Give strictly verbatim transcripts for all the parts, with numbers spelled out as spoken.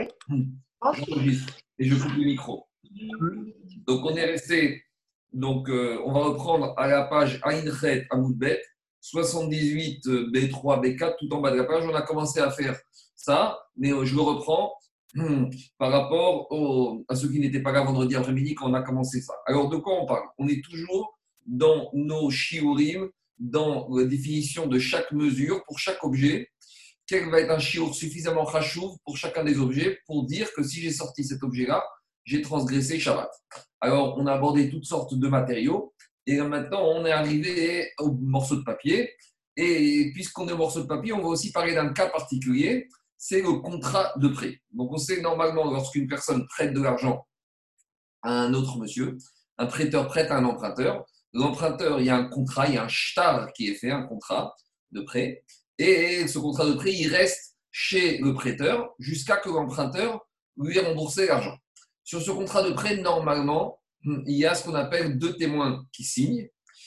J'enregistre et je coupe le micro. Donc, on est resté. Donc, euh, on va reprendre à la page Ainchet Amoudbet, soixante-dix-huit B trois B quatre, tout en bas de la page. On a commencé à faire ça, mais euh, je le reprends hum, par rapport au, à ceux qui n'étaient pas là vendredi après-midi quand on a commencé ça. Alors, de quoi on parle? On est toujours dans nos shiurim, dans la définition de chaque mesure pour chaque objet. Quel va être un shiur suffisamment chachouv pour chacun des objets pour dire que si j'ai sorti cet objet-là, j'ai transgressé Shabbat. Alors, on a abordé toutes sortes de matériaux et maintenant, on est arrivé au morceau de papier. Et puisqu'on est au morceau de papier, on va aussi parler d'un cas particulier, c'est le contrat de prêt. Donc, on sait normalement, lorsqu'une personne prête de l'argent à un autre monsieur, un prêteur prête à un emprunteur, l'emprunteur, il y a un contrat, il y a un shtar qui est fait, un contrat de prêt. Et ce contrat de prêt, il reste chez le prêteur jusqu'à que l'emprunteur lui ait remboursé l'argent. Sur ce contrat de prêt, normalement, il y a ce qu'on appelle deux témoins qui signent.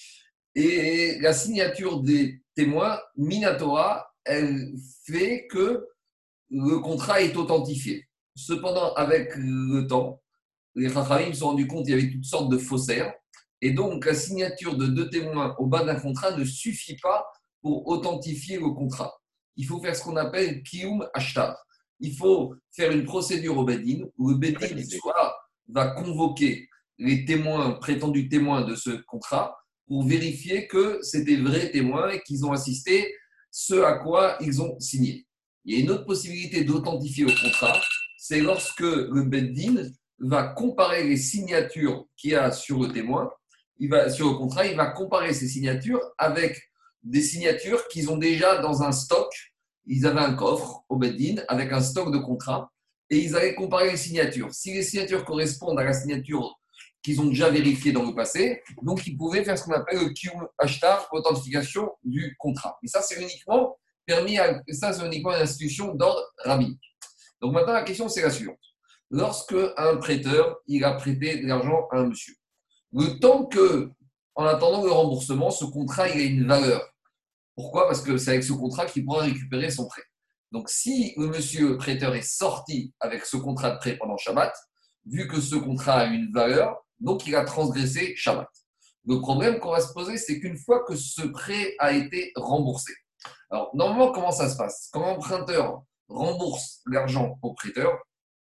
Et la signature des témoins, Minatora, elle fait que le contrat est authentifié. Cependant, avec le temps, les Chachamim se sont rendus compte qu'il y avait toutes sortes de faussaires. Et donc, la signature de deux témoins au bas d'un contrat ne suffit pas pour authentifier le contrat. Il faut faire ce qu'on appelle Kiyum Ashtar. Il faut faire une procédure au Bedin où le Bedin soit va convoquer les témoins, prétendus témoins de ce contrat pour vérifier que c'est des vrais témoins et qu'ils ont assisté ce à quoi ils ont signé. Il y a une autre possibilité d'authentifier le contrat, c'est lorsque le Bedin va comparer les signatures qu'il y a sur le témoin, il va, sur le contrat, il va comparer ces signatures avec des signatures qu'ils ont déjà dans un stock. Ils avaient un coffre au Beddin avec un stock de contrats et ils allaient comparer les signatures. Si les signatures correspondent à la signature qu'ils ont déjà vérifiée dans le passé, donc ils pouvaient faire ce qu'on appelle le Kiyum Ashtar, authentification du contrat. Et ça, c'est uniquement permis à, ça, c'est uniquement une institution d'ordre rabbinique. Donc maintenant, la question, c'est la suivante. Lorsque un prêteur, il a prêté de l'argent à un monsieur, le temps que, en attendant le remboursement, ce contrat, il a une valeur. Pourquoi ? Parce que c'est avec ce contrat qu'il pourra récupérer son prêt. Donc, si le monsieur prêteur est sorti avec ce contrat de prêt pendant Shabbat, vu que ce contrat a une valeur, donc il a transgressé Shabbat. Le problème qu'on va se poser, c'est qu'une fois que ce prêt a été remboursé, alors normalement, comment ça se passe ? Quand l'emprunteur rembourse l'argent au prêteur,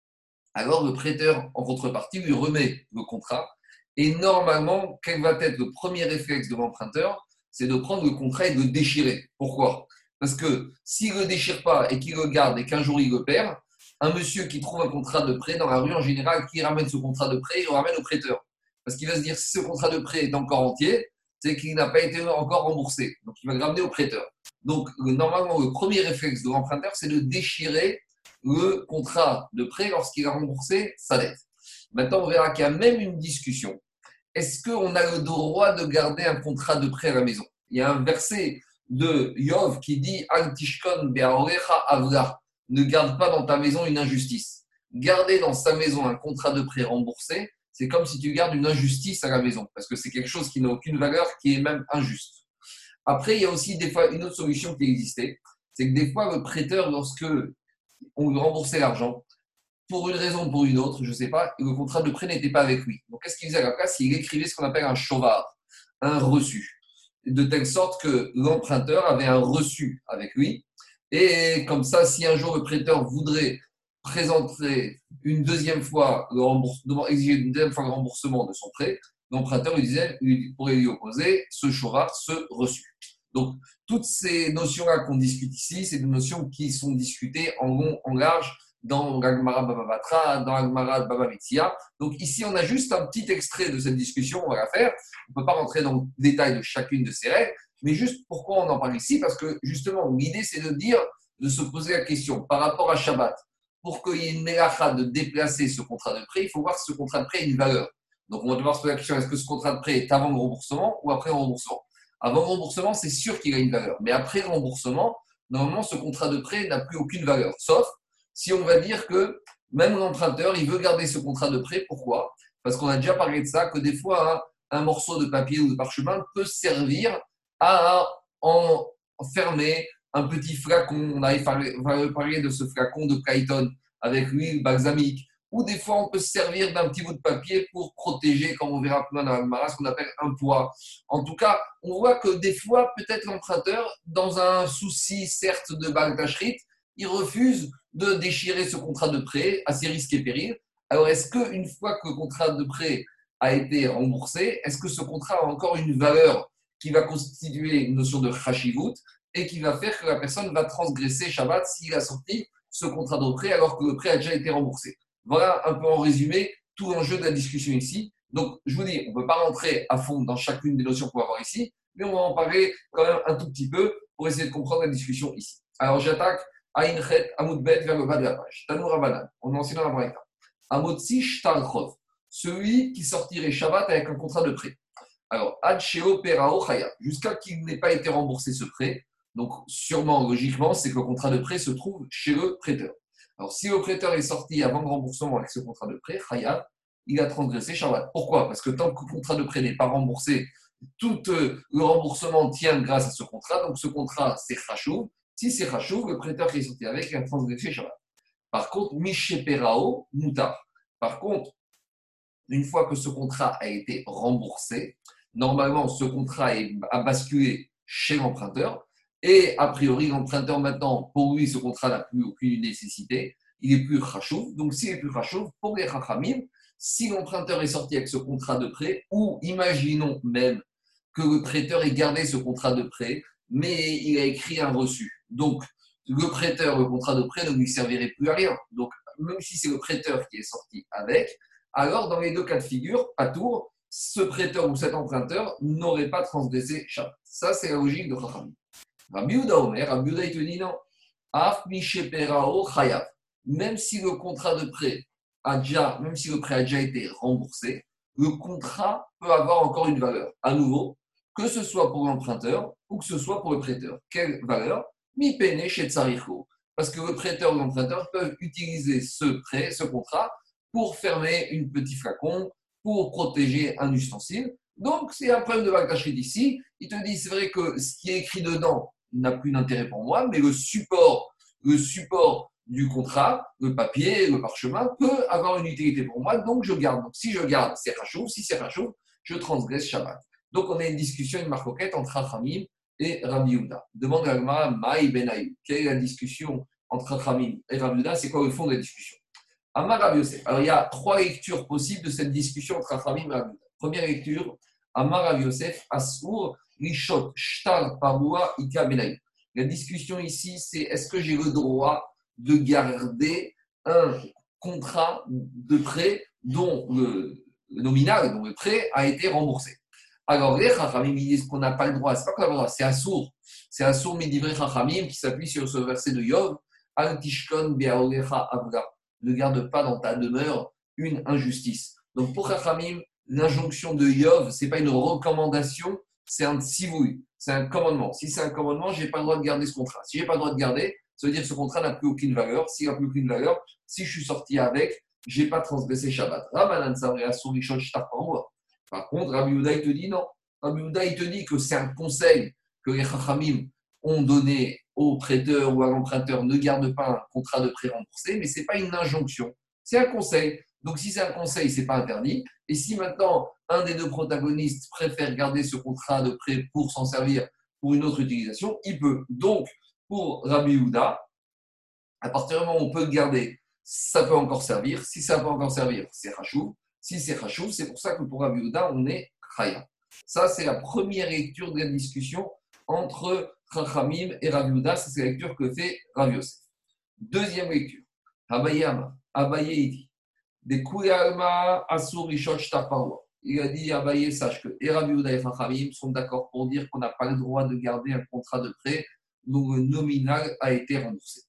alors le prêteur, en contrepartie, lui remet le contrat. Et normalement, quel va être le premier réflexe de l'emprunteur ? C'est de prendre le contrat et de le déchirer. Pourquoi ? Parce que s'il ne le déchire pas et qu'il le garde et qu'un jour il le perd, un monsieur qui trouve un contrat de prêt dans la rue, en général, qui ramène ce contrat de prêt, il le ramène au prêteur. Parce qu'il va se dire, si ce contrat de prêt est encore entier, c'est qu'il n'a pas été encore remboursé. Donc, il va le ramener au prêteur. Donc, normalement, le premier réflexe de l'emprunteur, c'est de déchirer le contrat de prêt lorsqu'il a remboursé sa dette. Maintenant, on verra qu'il y a même une discussion. Est-ce qu'on a le droit de garder un contrat de prêt à la maison ? Il y a un verset de Yov qui dit Al tishkon be'aorecha avla. Ne garde pas dans ta maison une injustice. Garder dans sa maison un contrat de prêt remboursé, c'est comme si tu gardes une injustice à la maison, parce que c'est quelque chose qui n'a aucune valeur, qui est même injuste. Après, il y a aussi des fois une autre solution qui existait, c'est que des fois, le prêteur, lorsque on lui remboursait l'argent, pour une raison ou pour une autre, je ne sais pas, le contrat de prêt n'était pas avec lui. Donc, qu'est-ce qu'il faisait à la place ? Il écrivait ce qu'on appelle un chovar, un reçu, de telle sorte que l'emprunteur avait un reçu avec lui. Et comme ça, si un jour le prêteur voudrait présenter une deuxième fois le remboursement, exiger une deuxième fois le remboursement de son prêt, l'emprunteur lui disait, lui, pourrait lui opposer ce chovar, ce reçu. Donc, toutes ces notions-là qu'on discute ici, c'est des notions qui sont discutées en long, en large, dans l'Agmara Baba Batra, dans l'Agmara Baba Metzia. Donc ici, on a juste un petit extrait de cette discussion, on va la faire. On ne peut pas rentrer dans le détail de chacune de ces règles, mais juste pourquoi on en parle ici ? Parce que justement, l'idée, c'est de dire, de se poser la question, par rapport à Shabbat, pour qu'il y ait une mélacha de déplacer ce contrat de prêt, il faut voir si ce contrat de prêt a une valeur. Donc on va devoir se poser la question, est-ce que ce contrat de prêt est avant le remboursement ou après le remboursement ? Avant le remboursement, c'est sûr qu'il a une valeur. Mais après le remboursement, normalement, ce contrat de prêt n'a plus aucune valeur, sauf si on va dire que même l'emprunteur, il veut garder ce contrat de prêt. Pourquoi ? Parce qu'on a déjà parlé de ça, que des fois, un, un morceau de papier ou de parchemin peut servir à enfermer un petit flacon. On avait parlé de ce flacon de Clayton avec l'huile balsamique, ou des fois, on peut se servir d'un petit bout de papier pour protéger, comme on verra plus loin dans l'Agmara, ce qu'on appelle un poids. En tout cas, on voit que des fois, peut-être l'emprunteur, dans un souci, certes, de Bagdashrit, il refuse de déchirer ce contrat de prêt à ses risques et périls. Alors, est-ce qu'une fois que le contrat de prêt a été remboursé, est-ce que ce contrat a encore une valeur qui va constituer une notion de chashivut et qui va faire que la personne va transgresser Shabbat s'il a sorti ce contrat de prêt alors que le prêt a déjà été remboursé? Voilà un peu en résumé tout l'enjeu de la discussion ici. Donc, je vous dis, on ne peut pas rentrer à fond dans chacune des notions qu'on va voir ici, mais on va en parler quand même un tout petit peu pour essayer de comprendre la discussion ici. Alors, j'attaque Aïnchet, Amoudbet, vers le bas de la page. Tanoura Banan, on est ancien dans la Braïta. Amotsi Shtarchov, celui qui sortirait Shabbat avec un contrat de prêt. Alors, Adsheo Perao Chaya, jusqu'à qu'il n'ait pas été remboursé ce prêt. Donc, sûrement, logiquement, c'est que le contrat de prêt se trouve chez le prêteur. Alors, si le prêteur est sorti avant le remboursement avec ce contrat de prêt, Chayav, il a transgressé Shabbat. Pourquoi? Parce que tant que le contrat de prêt n'est pas remboursé, tout euh, le remboursement tient grâce à ce contrat. Donc, ce contrat, c'est Chachouv. Si c'est Chachouv, le prêteur qui est sorti avec, il a transgressé Shabbat. Par contre, Mishe Perao, Moutar. Par contre, une fois que ce contrat a été remboursé, normalement, ce contrat est, a basculé chez l'emprunteur. Et a priori, l'emprunteur maintenant, pour lui, ce contrat n'a plus aucune nécessité. Il est plus chachouv. Donc, s'il est plus chachouv, pour les chachamim, si l'emprunteur est sorti avec ce contrat de prêt, ou imaginons même que le prêteur ait gardé ce contrat de prêt, mais il a écrit un reçu. Donc, le prêteur, le contrat de prêt ne lui servirait plus à rien. Donc, même si c'est le prêteur qui est sorti avec, alors dans les deux cas de figure, à tour, ce prêteur ou cet emprunteur n'aurait pas transgressé Shabbat. Ça, c'est la logique de Chachamim. Rabbi Yehuda Omer, Rabbi Yehuda, il te dit non. Af Mishe Perao Chayav. Même si le contrat de prêt a déjà, même si le prêt a déjà été remboursé, le contrat peut avoir encore une valeur. À nouveau, que ce soit pour l'emprunteur ou que ce soit pour le prêteur. Quelle valeur? Mi pene chez Tsaricho. Parce que le prêteur ou l'emprunteur peuvent utiliser ce prêt, ce contrat, pour fermer une petite flacon, pour protéger un ustensile. Donc, c'est un problème de Bagdashrit ici. Il te dit, c'est vrai que ce qui est écrit dedans n'a plus d'intérêt pour moi, mais le support, le support du contrat, le papier, le parchemin, peut avoir une utilité pour moi, donc je garde. Donc, si je garde, c'est Rachou. Si c'est Rachou, je transgresse Shabbat. Donc, on a une discussion, une marcoquette entre Chachamim et Rabbi Yehuda. Demande à Agmara, Maï Ben Aïou. Quelle est la discussion entre Chachamim et Rabbi Yehuda? C'est quoi le fond de la discussion? Amar Rabbi Yosef. Alors, il y a trois lectures possibles de cette discussion entre Chachamim et Rabbi Yehuda. Première lecture, Amar Rabbi Yosef, Asur, Rishot, Shtar, Parua, Ika Ben. La discussion ici, c'est est-ce que j'ai le droit de garder un contrat de prêt dont le, le nominal, dont le prêt a été remboursé? Alors, les Chachamim disent qu'on n'a pas le droit, c'est pas qu'on n'a pas le droit, c'est Asur. C'est Asur Midivrei Chachamim qui s'appuie sur ce verset de Yov, Al Tishkon Be'aolecha Avra. Ne garde pas dans ta demeure une injustice. Donc, pour Chachamim, l'injonction de Yov, ce n'est pas une recommandation, c'est un tzivouï, c'est un commandement. Si c'est un commandement, je n'ai pas le droit de garder ce contrat. Si je n'ai pas le droit de garder, ça veut dire que ce contrat n'a plus aucune valeur. S'il n'a plus aucune valeur, si je suis sorti avec, je n'ai pas transgressé Shabbat. Rabbanan Savre Asur Rishon Shtar Parua. Par contre, Rabbi Yehuda, il te dit non. Rabbi Yehuda, il te dit que c'est un conseil que les Chachamim ont donné au prêteur ou à l'emprunteur, ne garde pas un contrat de prêt remboursé, mais ce n'est pas une injonction, c'est un conseil. Donc, si c'est un conseil, ce n'est pas interdit. Et si maintenant, un des deux protagonistes préfère garder ce contrat de prêt pour s'en servir pour une autre utilisation, il peut. Donc, pour Rabbi Yehuda, à partir du moment où on peut le garder, ça peut encore servir. Si ça peut encore servir, c'est Chachouv. Si c'est Chachouv, c'est pour ça que pour Rabbi Yehuda, on est Chaya. Ça, c'est la première lecture de la discussion entre Chachamim et Rabbi Yehuda. Ça, c'est la lecture que fait Rabbi Yosef. Deuxième lecture. Abaye Ama. Abaye, il dit des Kuyalma Asur Rishot Shtar Parua. Il a dit Abaye, sache que et Rabbi Yehuda et Chachamim sont d'accord pour dire qu'on n'a pas le droit de garder un contrat de prêt dont le nominal a été remboursé.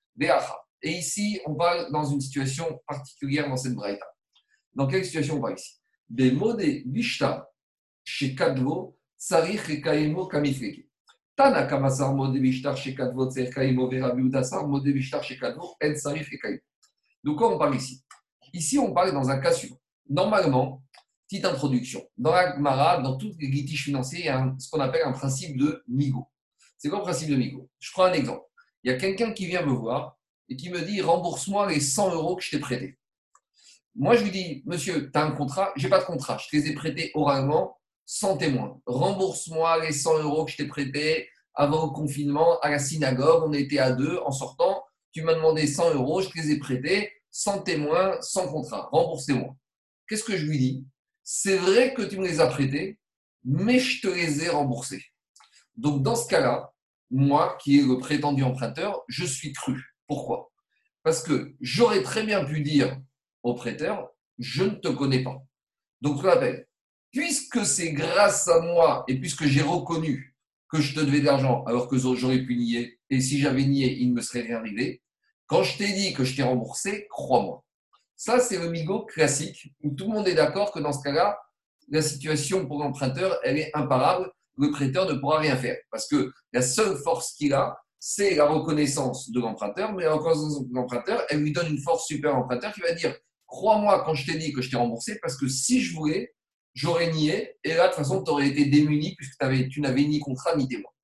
Et ici, on parle dans une situation particulière dans cette braïta. Dans quelle situation on parle ici? Des modés Bishta chez Kadvo, Sarich et Kaimo Kamifreke. Tana Kamasar modé Bishtar chez Kadvo, Sarich Kaimo, Rabbi Yehuda Sar modé Bishtar chez Kadvo, En Sarich et Kaimo. Donc, quoi on parle ici? Ici, on parle dans un cas suivant. Normalement, petite introduction. Dans la Gemara, dans tous les litiges financiers, il y a un, ce qu'on appelle un principe de migo. C'est quoi le principe de migo? Je prends un exemple. Il y a quelqu'un qui vient me voir et qui me dit rembourse-moi les cent euros que je t'ai prêtés. Moi, je lui dis, monsieur, tu as un contrat? Je n'ai pas de contrat. Je te les ai prêtés oralement, sans témoin. Rembourse-moi les cent euros que je t'ai prêtés avant le confinement à la synagogue. On était à deux. En sortant, tu m'as demandé cent euros. Je te les ai prêtés sans témoin, sans contrat. Remboursez-moi. Qu'est-ce que je lui dis? C'est vrai que tu me les as prêtés, mais je te les ai remboursés. Donc, dans ce cas-là, moi, qui est le prétendu emprunteur, je suis cru. Pourquoi? Parce que j'aurais très bien pu dire au prêteur, je ne te connais pas. Donc, je l'appelle. Puisque c'est grâce à moi et puisque j'ai reconnu que je te devais de l'argent alors que j'aurais pu nier, et si j'avais nié, il ne me serait rien arrivé, quand je t'ai dit que je t'ai remboursé, crois-moi. Ça, c'est le migo classique où tout le monde est d'accord que dans ce cas-là, la situation pour l'emprunteur, elle est imparable. Le prêteur ne pourra rien faire parce que la seule force qu'il a, c'est la reconnaissance de l'emprunteur, mais la reconnaissance de l'emprunteur, elle lui donne une force supérieure à l'emprunteur qui va dire crois-moi quand je t'ai dit que je t'ai remboursé, parce que si je voulais, j'aurais nié, et là, de toute façon, tu aurais été démuni puisque tu n'avais ni contrat ni témoin.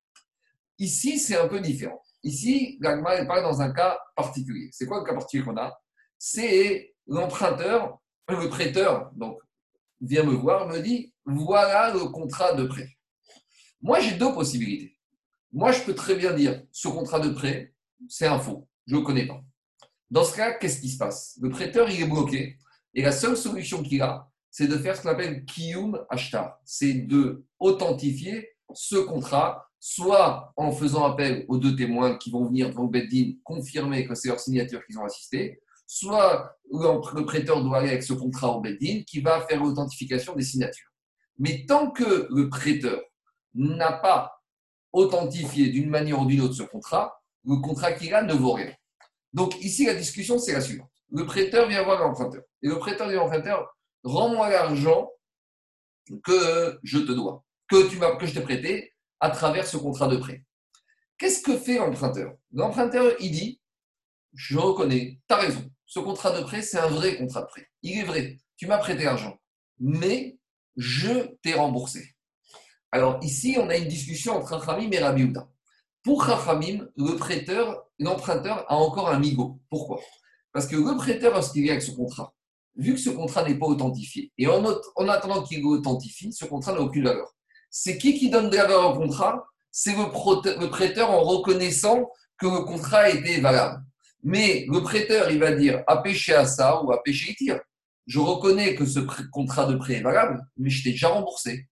Ici, c'est un peu différent. Ici, l'Agma, elle parle dans un cas particulier. C'est quoi le cas particulier qu'on a? C'est l'emprunteur, le prêteur, donc, vient me voir, me dit voilà le contrat de prêt. Moi, j'ai deux possibilités. Moi, je peux très bien dire ce contrat de prêt, c'est un faux, je ne le connais pas. Dans ce cas, qu'est-ce qui se passe? Le prêteur, il est bloqué et la seule solution qu'il a, c'est de faire ce qu'on appelle Kiyum Ashtar. C'est de authentifier ce contrat, soit en faisant appel aux deux témoins qui vont venir devant le Beddin confirmer que c'est leur signature qu'ils ont assisté, soit le prêteur doit aller avec ce contrat au Beddin qui va faire l'authentification des signatures. Mais tant que le prêteur n'a pas authentifié d'une manière ou d'une autre ce contrat, le contrat qu'il a ne vaut rien. Donc ici, la discussion, c'est la suivante. Le prêteur vient voir l'emprunteur. Et le prêteur dit à l'emprunteur, rends-moi l'argent que je te dois, que, tu m'as, que je t'ai prêté à travers ce contrat de prêt. Qu'est-ce que fait l'emprunteur? L'emprunteur, il dit, je reconnais, tu as raison, ce contrat de prêt, c'est un vrai contrat de prêt. Il est vrai, tu m'as prêté l'argent, mais je t'ai remboursé. Alors ici, on a une discussion entre Chachamim et Rabbi Yehuda. Pour Chachamim, le prêteur, l'emprunteur a encore un migo. Pourquoi? Parce que le prêteur, lorsqu'il vient avec ce contrat, vu que ce contrat n'est pas authentifié, et en, en attendant qu'il l'authentifie, ce contrat n'a aucune valeur. C'est qui qui donne de la valeur au contrat? C'est le, prote- le prêteur en reconnaissant que le contrat était valable. Mais le prêteur, il va dire à péché à ça ou à péché itir. Je reconnais que ce pré- contrat de prêt est valable, mais je t'ai déjà remboursé.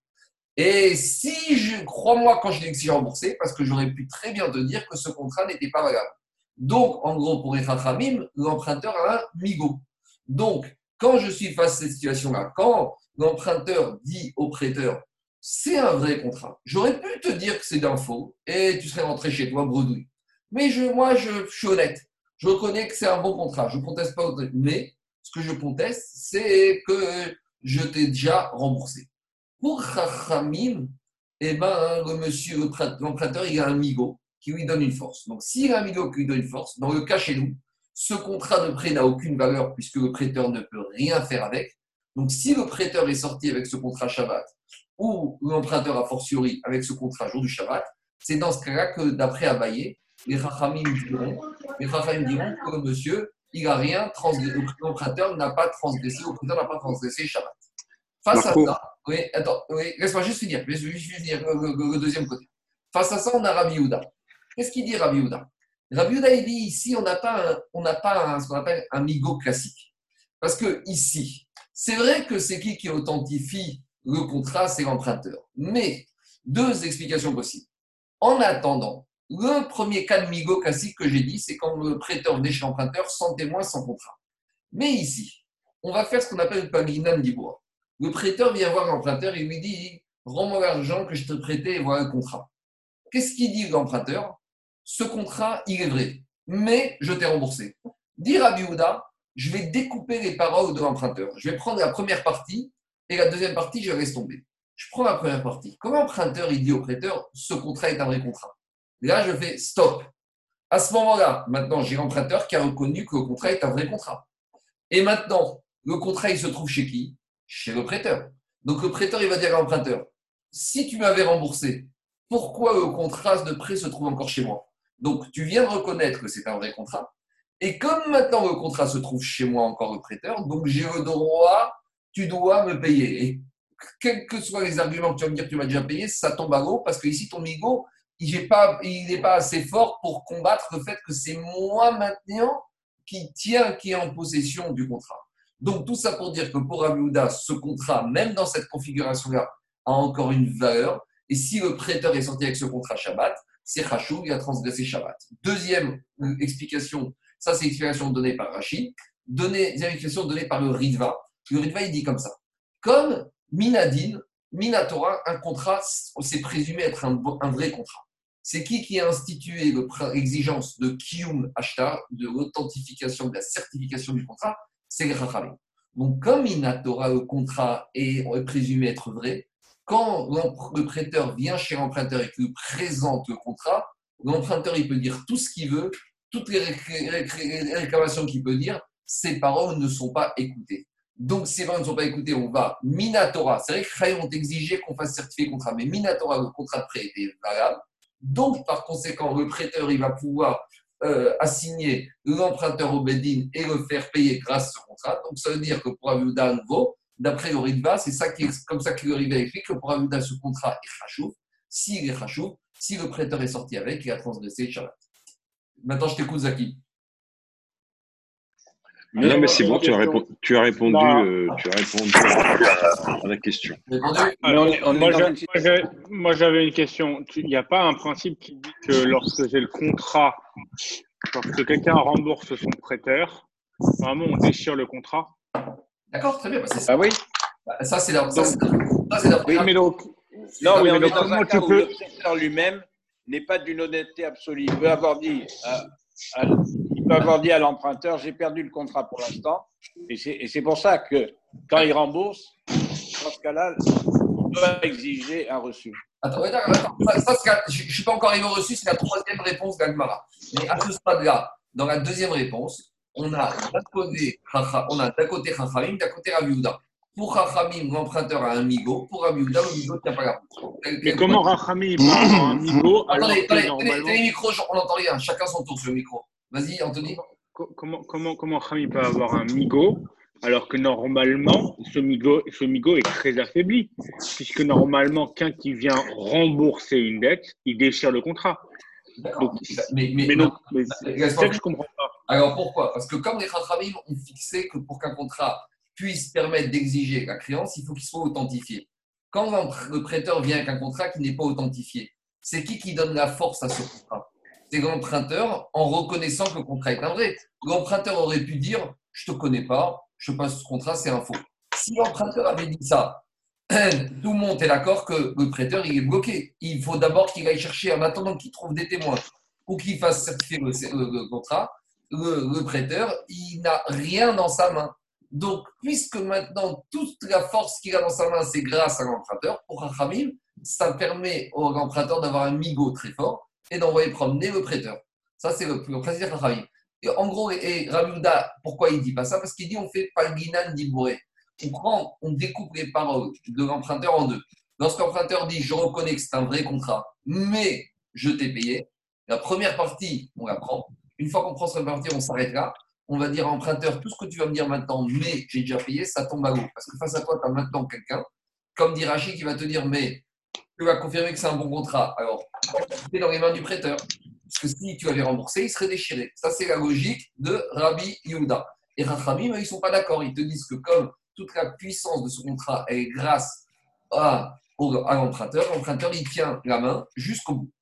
Et si je, crois-moi quand je dis que si j'ai remboursé, parce que j'aurais pu très bien te dire que ce contrat n'était pas valable. Donc, en gros, pour les Chachamim, l'emprunteur a un migo. Donc, quand je suis face à cette situation-là, quand l'emprunteur dit au prêteur, c'est un vrai contrat, j'aurais pu te dire que c'est d'un faux et tu serais rentré chez toi bredouille. Mais je, moi, je, je suis honnête. Je reconnais que c'est un bon contrat. Je ne conteste pas. Mais ce que je conteste, c'est que je t'ai déjà remboursé. Pour Chachamim, eh ben, le monsieur, l'emprunteur, il a un migo qui lui donne une force. Donc, s'il a un migo qui lui donne une force, dans le cas chez nous, ce contrat de prêt n'a aucune valeur puisque le prêteur ne peut rien faire avec. Donc, si le prêteur est sorti avec ce contrat Shabbat ou l'emprunteur a fortiori avec ce contrat jour du Shabbat, c'est dans ce cas-là que, d'après Abaye, les Chachamim diront, les Chachamim diront que le monsieur, il n'a rien transgressé, l'emprunteur n'a pas transgressé, le prêteur n'a pas transgressé Shabbat. Face Marco, à ça, oui, attends, oui, laisse-moi juste finir, je vais juste finir le, le- le deuxième côté. Face à ça, on a Rabbi Yehuda. Qu'est-ce qu'il dit Rabbi Yehuda? Rabbi Yehuda, il dit ici, on n'a pas, un, on n'a pas un, ce qu'on appelle un migo classique. Parce que ici, c'est vrai que c'est qui qui authentifie le contrat, c'est l'emprunteur. Mais, deux explications possibles. En attendant, le premier cas de migo classique que j'ai dit, c'est quand le prêteur venait chez l'emprunteur sans témoin, sans contrat. Mais ici, on va faire ce qu'on appelle le paginan d'Iboua. Le prêteur vient voir l'emprunteur et lui dit rends-moi l'argent que je te prêtais et voilà le contrat. Qu'est-ce qu'il dit l'emprunteur? Ce contrat, il est vrai, mais je t'ai remboursé. Dit Rabbi Yehuda, je vais découper les paroles de l'emprunteur. Je vais prendre la première partie et la deuxième partie, je laisse tomber. Je prends la première partie. Comme l'emprunteur, il dit au prêteur ce contrat est un vrai contrat. Là, je fais stop. À ce moment-là, maintenant, j'ai l'emprunteur qui a reconnu que le contrat est un vrai contrat. Et maintenant, le contrat, il se trouve chez qui? Chez le prêteur. Donc, le prêteur, il va dire à l'emprunteur, si tu m'avais remboursé, pourquoi le contrat de prêt se trouve encore chez moi? Donc, tu viens de reconnaître que c'est un vrai contrat. Et comme maintenant le contrat se trouve chez moi encore le prêteur, donc j'ai le droit, tu dois me payer. Et quels que soient les arguments que tu vas me dire que tu m'as déjà payé, ça tombe à l'eau parce que ici, ton migo, il n'est pas, il est pas assez fort pour combattre le fait que c'est moi maintenant qui tiens, qui est en possession du contrat. Donc, tout ça pour dire que pour Abiouda, ce contrat, même dans cette configuration-là, a encore une valeur. Et si le prêteur est sorti avec ce contrat Shabbat, c'est Rachou, il a transgressé Shabbat. Deuxième explication, ça c'est l'explication donnée par Rachid. Deuxième explication donnée par le Ritva. Le Ritva, il dit comme ça. Comme Minadine, Minatora, un contrat, c'est présumé être un, un vrai contrat. C'est qui qui a institué l'exigence de Kiyum Ashtar, de l'authentification, de la certification du contrat? C'est les Chachamim. Donc, comme Minatora, le contrat est présumé être vrai, quand le prêteur vient chez l'emprunteur et qu'il lui présente le contrat, l'emprunteur il peut dire tout ce qu'il veut, toutes les réclamations qu'il peut dire, ses paroles ne sont pas écoutées. Donc, ces paroles ne sont pas écoutées, on va Minatora. C'est vrai que Chaim ont exigé qu'on fasse certifier le contrat, mais Minatora, le contrat de prêt était valable. Donc, par conséquent, le prêteur il va pouvoir euh, assigner l'emprunteur au Bedin et le faire payer grâce à ce contrat. Donc, ça veut dire que pour Aviouda à nouveau, d'après le Ritva, c'est ça qui est, comme ça que le Ritva explique que pour Aviouda, ce contrat est Khashouf. S'il est Khashouf, si le prêteur est sorti avec, il a transgressé le Shabbat. Maintenant, je t'écoute, Zaki. Mais non, mais c'est bon, tu as, répondu, tu as répondu, euh, tu as répondu à la question. Alors, moi, j'avais, moi, j'avais une question. Il n'y a pas un principe qui dit que lorsque j'ai le contrat, lorsque quelqu'un rembourse son prêteur, vraiment, on déchire le contrat? D'accord, très bien. Bah, c'est ça. Ah oui. Bah, ça, c'est leur. Ça, c'est leur. Ça, c'est leur. Oui, mais donc. Non, oui, mais, mais on donc, est dans un cas où peux... le prêteur lui-même n'est pas d'une honnêteté absolue. Il peut avoir dit. À, à, il peut avoir dit à l'emprunteur, j'ai perdu le contrat pour l'instant, et c'est, et c'est pour ça que quand il rembourse, dans ce cas-là, il doit exiger un reçu. Attends, attends, attends. Ça, ça, je ne suis pas encore arrivé au reçu, c'est la troisième réponse d'Agmara. Mais à ce stade-là, dans la deuxième réponse, on a d'un côté Chachamim, d'un côté Rabiouda. Pour Chachamim, l'emprunteur a un migo. Pour Rabiouda, le migo ne tient pas la route. Mais comment Chachamim peut avoir un migo alors Attendez, que attendez, normalement... tenez les micros, on n'entend rien. Chacun son tour sur le micro. Vas-y, Anthony. Comment, comment, comment Chachamim peut avoir un migo alors que normalement, ce migo, ce migo est très affaibli, puisque normalement, quelqu'un qui vient rembourser une dette, il déchire le contrat. D'accord. Donc, mais, mais, mais, non, donc, mais c'est ça que je ne comprends pas. Alors pourquoi? Parce que comme les Chachamim ont fixé que pour qu'un contrat puisse permettre d'exiger la créance, il faut qu'il soit authentifié. Quand le prêteur vient avec un contrat qui n'est pas authentifié, c'est qui qui donne la force à ce contrat? C'est l'emprunteur en reconnaissant que le contrat est un vrai. L'emprunteur aurait pu dire « je ne te connais pas, je passe ce contrat, c'est un faux ». Si l'emprunteur avait dit ça, tout le monde est d'accord que le prêteur il est bloqué. Il faut d'abord qu'il aille chercher, en attendant qu'il trouve des témoins ou qu'il fasse certifier le, le, le contrat, le, le prêteur, il n'a rien dans sa main. Donc, puisque maintenant, toute la force qu'il a dans sa main, c'est grâce à l'emprunteur, pour Rachamim, ça permet au l'emprunteur d'avoir un migo très fort et d'envoyer promener le prêteur. Ça, c'est le, le principe de Rachamim. Et en gros, et, et Rabiouda, pourquoi il ne dit pas ça? Parce qu'il dit on fait Palginan d'Ibouré. On prend, on découpe les paroles de l'emprunteur en deux. Lorsque l'emprunteur dit je reconnais que c'est un vrai contrat, mais je t'ai payé, la première partie, on la prend. Une fois qu'on prend cette partie, on s'arrête là. On va dire à l'emprunteur, tout ce que tu vas me dire maintenant, mais j'ai déjà payé, ça tombe à l'eau. Parce que face à toi, tu as maintenant quelqu'un, comme dit Rachid, qui va te dire, mais tu vas confirmer que c'est un bon contrat. Alors, tu es dans les mains du prêteur. Parce que si tu avais remboursé, il serait déchiré. Ça, c'est la logique de Rabbi Yehuda. Et Rachamim, ils ne sont pas d'accord. Ils te disent que comme toute la puissance de ce contrat est grâce à, à l'emprunteur, l'emprunteur, il tient la main jusqu'au bout.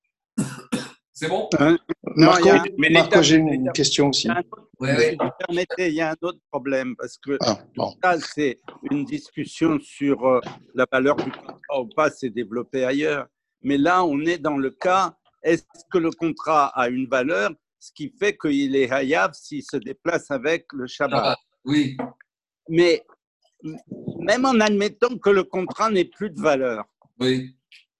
C'est bon? Hein? Non, Marco, il y a un... mais Marco j'ai une l'étape, question aussi. Il y a un autre, ouais, ouais. si vous permettez, il y a un autre problème parce que ah, bon. ça, c'est une discussion sur euh, la valeur du contrat ou pas, c'est développé ailleurs. Mais là, on est dans le cas, est-ce que le contrat a une valeur, ce qui fait qu'il est hayav s'il se déplace avec le Shabbat. Ah, oui. Mais même en admettant que le contrat n'ait plus de valeur, oui.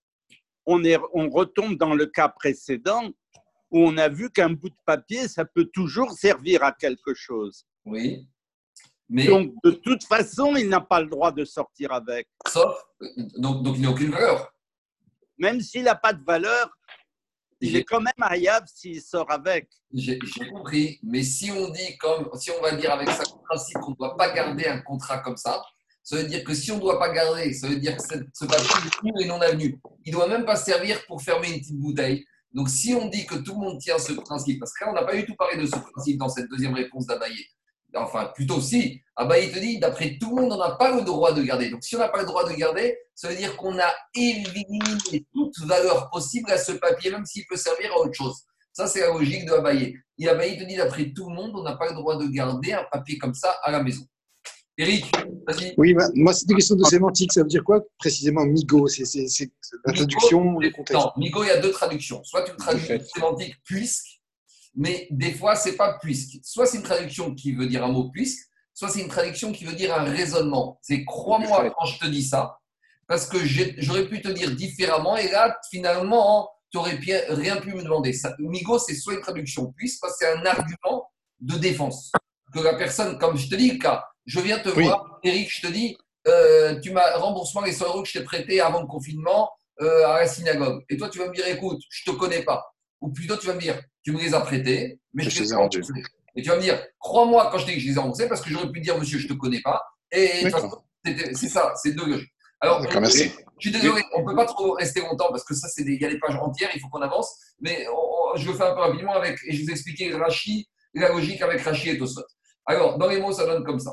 on, est, on retombe dans le cas précédent où on a vu qu'un bout de papier, ça peut toujours servir à quelque chose. Oui. Mais, donc, de toute façon, il n'a pas le droit de sortir avec. Sauf, donc, donc il n'a aucune valeur. Même s'il n'a pas de valeur, il est quand même hayav s'il sort avec. J'ai, j'ai compris, mais si on dit comme, si on va dire avec ça le principe qu'on ne doit pas garder un contrat comme ça, ça veut dire que si on ne doit pas garder, ça veut dire que cette- ce papier est venu et non avenu. Il ne doit même pas servir pour fermer une petite bouteille. Donc si on dit que tout le monde tient ce principe, parce que là on n'a pas du tout parlé de ce principe dans cette deuxième réponse d'Abaye. Enfin, plutôt si. Abaye te dit, d'après tout le monde, on n'a pas le droit de garder. Donc si on n'a pas le droit de garder, ça veut dire qu'on a éliminé toute valeur possible à ce papier, même s'il peut servir à autre chose. Ça, c'est la logique de Abaye. Et Abaye te dit, d'après tout le monde, on n'a pas le droit de garder un papier comme ça à la maison. Eric, vas-y. Oui, bah, moi, c'est une question de sémantique. Ça veut dire quoi précisément Migo? C'est, c'est, c'est la traduction, le contexte. Non, Migo, il y a deux traductions. Soit tu traduis sémantique puisque, mais des fois, c'est pas puisque. Soit c'est une traduction qui veut dire un mot puisque, soit c'est une traduction qui veut dire un raisonnement. C'est crois-moi quand je te dis ça, parce que j'ai, j'aurais pu te dire différemment, et là, finalement, tu n'aurais rien pu me demander. Ça, Migo, c'est soit une traduction puisque, parce que c'est un argument de défense. Que la personne, comme je te dis, cas, je viens te Oui. voir, Eric, je te dis, euh, tu m'as remboursement les cent euros que je t'ai prêtés avant le confinement euh, à la synagogue. Et toi, tu vas me dire, écoute, je ne te connais pas. Ou plutôt, tu vas me dire, tu me les as prêtés, mais je, Je te les ai ai rendus. remboursés. Et tu vas me dire, crois-moi quand je t'ai dit que je les ai remboursés, parce que j'aurais pu dire, monsieur, je ne te connais pas. Et de toute façon, c'était- c'est ça, c'est deux logiques. Alors, D'accord, merci. je suis désolé, on ne peut pas trop rester longtemps parce que ça, c'est des, il y a des pages entières, il faut qu'on avance. Mais on- je le fais un peu rapidement avec, et je vous expliquer Rashi, la logique avec Rashi et Tosfot. Alors, dans les mots, ça donne comme ça.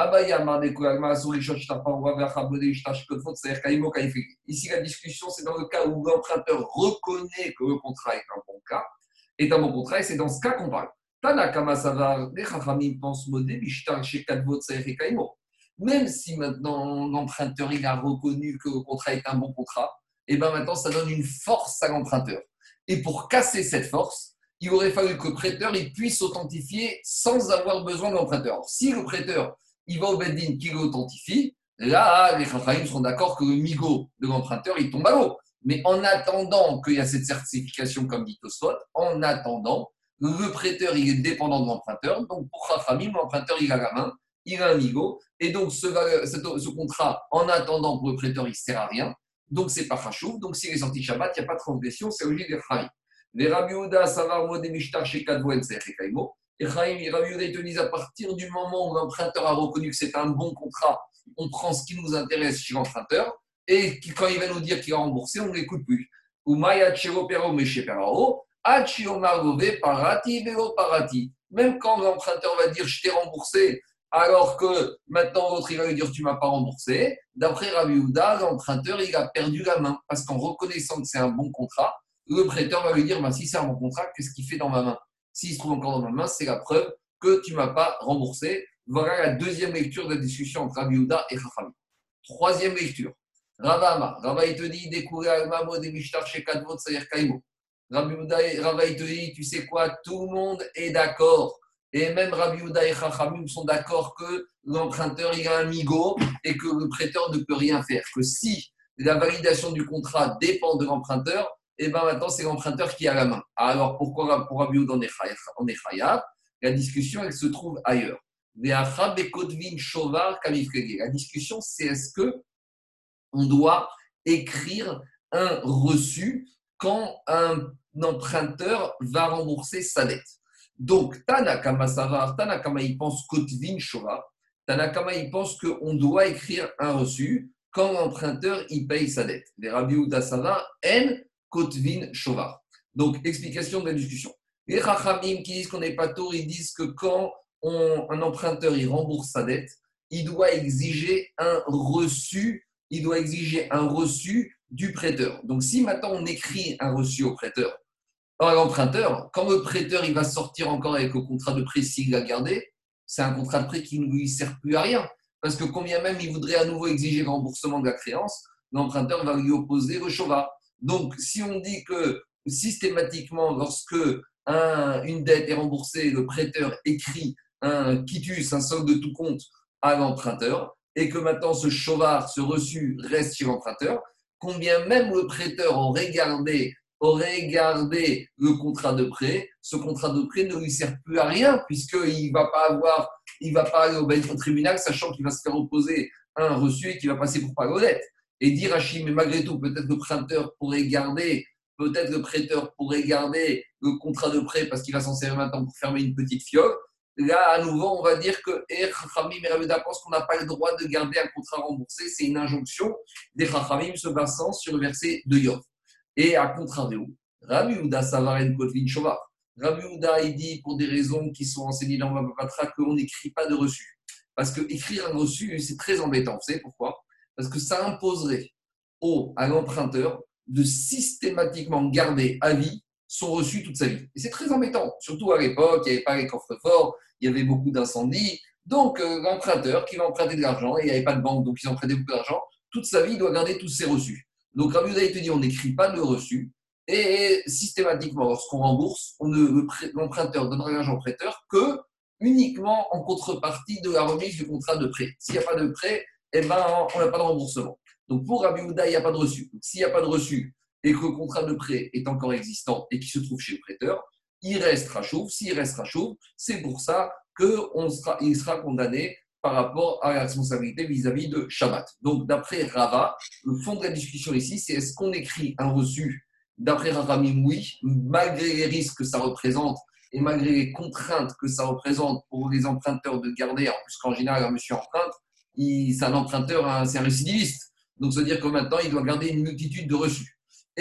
Ici, la discussion, c'est dans le cas où l'emprunteur reconnaît que le contrat est un bon cas, est un bon contrat, et c'est dans ce cas qu'on parle. Tanakama Savar, les Chachamim pensent modé, Bishtar, chez Kadvot, Saïr et Kaimo. Même si maintenant l'emprunteur il a reconnu que le contrat est un bon contrat, et bien maintenant ça donne une force à l'emprunteur. Et pour casser cette force, il aurait fallu que le prêteur il puisse s'authentifier sans avoir besoin de l'emprunteur. Alors, si le prêteur il va au Beddin qui l'authentifie, là les Chachamim seront d'accord que le migo de l'emprunteur il tombe à l'eau. Mais en attendant qu'il y a cette certification comme dit Tosfot, en attendant, le prêteur il est dépendant de l'emprunteur. Donc pour Chachamim, l'emprunteur il a la main, il a un migo. Et donc, ce, ce contrat, en attendant pour le prêteur, il ne sert à rien. Donc, ce n'est pas Khashouf. Donc, s'il est sorti Shabbat, il n'y a pas de transgression. C'est logique des Chaim. Les Rabbi Yehuda, Savar, Modé, Mishtar, chez Kadvoen, c'est Kaimo. Et Chaim, les Rabbi Yehuda, ils te disent à partir du moment où l'emprunteur a reconnu que c'est un bon contrat, on prend ce qui nous intéresse chez l'emprunteur. Et quand il va nous dire qu'il a remboursé, on ne l'écoute plus. Ou Maya Chero Pero, Meshe Perao, Achio Margove, Parati, Vero Parati. Même quand l'emprunteur va dire je t'ai remboursé, alors que maintenant l'autre il va lui dire tu ne m'as pas remboursé, d'après Rabbi Yehuda, l'emprunteur il a perdu la main parce qu'en reconnaissant que c'est un bon contrat, le prêteur va lui dire bah, si c'est un bon contrat, qu'est-ce qu'il fait dans ma main? S'il se trouve encore dans ma main, c'est la preuve que tu ne m'as pas remboursé. Voilà la deuxième lecture de la discussion entre Rabbi Yehuda et Chachamim. Troisième lecture. Rava Rava il te dit découvrir Alma Mod et Mishtar chez Kadvot Sayer Kaimo. Rabbi Yehuda et Rava il te dit tu sais quoi, tout le monde est d'accord. Et même Rabbi Yehuda et Chachamim sont d'accord que l'emprunteur il a un migo et que le prêteur ne peut rien faire. Que si la validation du contrat dépend de l'emprunteur, et bien maintenant c'est l'emprunteur qui a la main. Alors pourquoi pour Rabbi Yehuda on est chayav? La discussion elle se trouve ailleurs. La discussion c'est est-ce que on doit écrire un reçu quand un emprunteur va rembourser sa dette. Donc, Tanakama Savar, Tanakama, il pense Kotvin Shova. Tanakama, il pense qu'on doit écrire un reçu quand l'emprunteur il paye sa dette. Les Rabbi Yehuda Savar, En Kotvin Shova. Donc, explication de la discussion. Les Chachamim qui disent qu'on n'est pas tôt, ils disent que quand on, un emprunteur il rembourse sa dette, il doit exiger un reçu, il doit exiger un reçu du prêteur. Donc, si maintenant on écrit un reçu au prêteur, à l'emprunteur, quand le prêteur il va sortir encore avec le contrat de prêt s'il l'a gardé, c'est un contrat de prêt qui ne lui sert plus à rien. Parce que combien même il voudrait à nouveau exiger le remboursement de la créance, l'emprunteur va lui opposer le chova. Donc, si on dit que systématiquement, lorsque un, une dette est remboursée, le prêteur écrit un quitus, un solde de tout compte à l'emprunteur, et que maintenant ce chova, ce reçu reste chez l'emprunteur, combien même le prêteur aurait gardé aurait gardé le contrat de prêt, ce contrat de prêt ne lui sert plus à rien puisqu'il ne va pas avoir, il va pas aller au, au tribunal sachant qu'il va se faire opposer un reçu et qu'il va passer pour payer aux dettes. Et dire Rachid, mais malgré tout, peut-être le prêteur pourrait garder peut-être le prêteur pourrait garder le contrat de prêt parce qu'il va s'en servir maintenant pour fermer une petite fiole. Là, à nouveau, on va dire que Chachamim et Rabbi Yehuda pensent qu'on n'a pas le droit de garder un contrat remboursé. C'est une injonction des Chachamim se basant sur le verset de Yov. Et à contrario, Rabbi Yehuda Savaren Kotvin Shovar. Rabbi Yehuda, il dit pour des raisons qui sont enseignées dans Baba Batra qu'on n'écrit pas de reçu. Parce qu'écrire un reçu, c'est très embêtant. Vous savez pourquoi ? Parce que ça imposerait au, à l'emprunteur de systématiquement garder à vie son reçu toute sa vie. Et c'est très embêtant, surtout à l'époque, il n'y avait pas les coffres-forts, il y avait beaucoup d'incendies. Donc, euh, l'emprunteur qui va emprunter de l'argent, et il n'y avait pas de banque, donc ils empruntaient beaucoup d'argent, toute sa vie, il doit garder tous ses reçus. Donc, Rabbi Yehuda, il te dit, on n'écrit pas le reçu, et systématiquement, lorsqu'on rembourse, on ne, l'emprunteur donnera l'argent au prêteur que uniquement en contrepartie de la remise du contrat de prêt. S'il n'y a pas de prêt, eh ben, on n'a pas de remboursement. Donc, pour Rabbi Yehuda, il n'y a pas de reçu. Donc, s'il n'y a pas de reçu, et que le contrat de prêt est encore existant et qui se trouve chez le prêteur, il reste rachouv. S'il reste rachouv, c'est pour ça qu'il sera, il sera condamné par rapport à la responsabilité vis-à-vis de Shabbat. Donc, d'après Rava, le fond de la discussion ici, c'est est-ce qu'on écrit un reçu d'après Rahamim, oui, malgré les risques que ça représente et malgré les contraintes que ça représente pour les emprunteurs de garder, en plus qu'en général, un monsieur emprunte, il, c'est un emprunteur, un, c'est un récidiviste. Donc, ça veut dire que maintenant, il doit garder une multitude de reçus.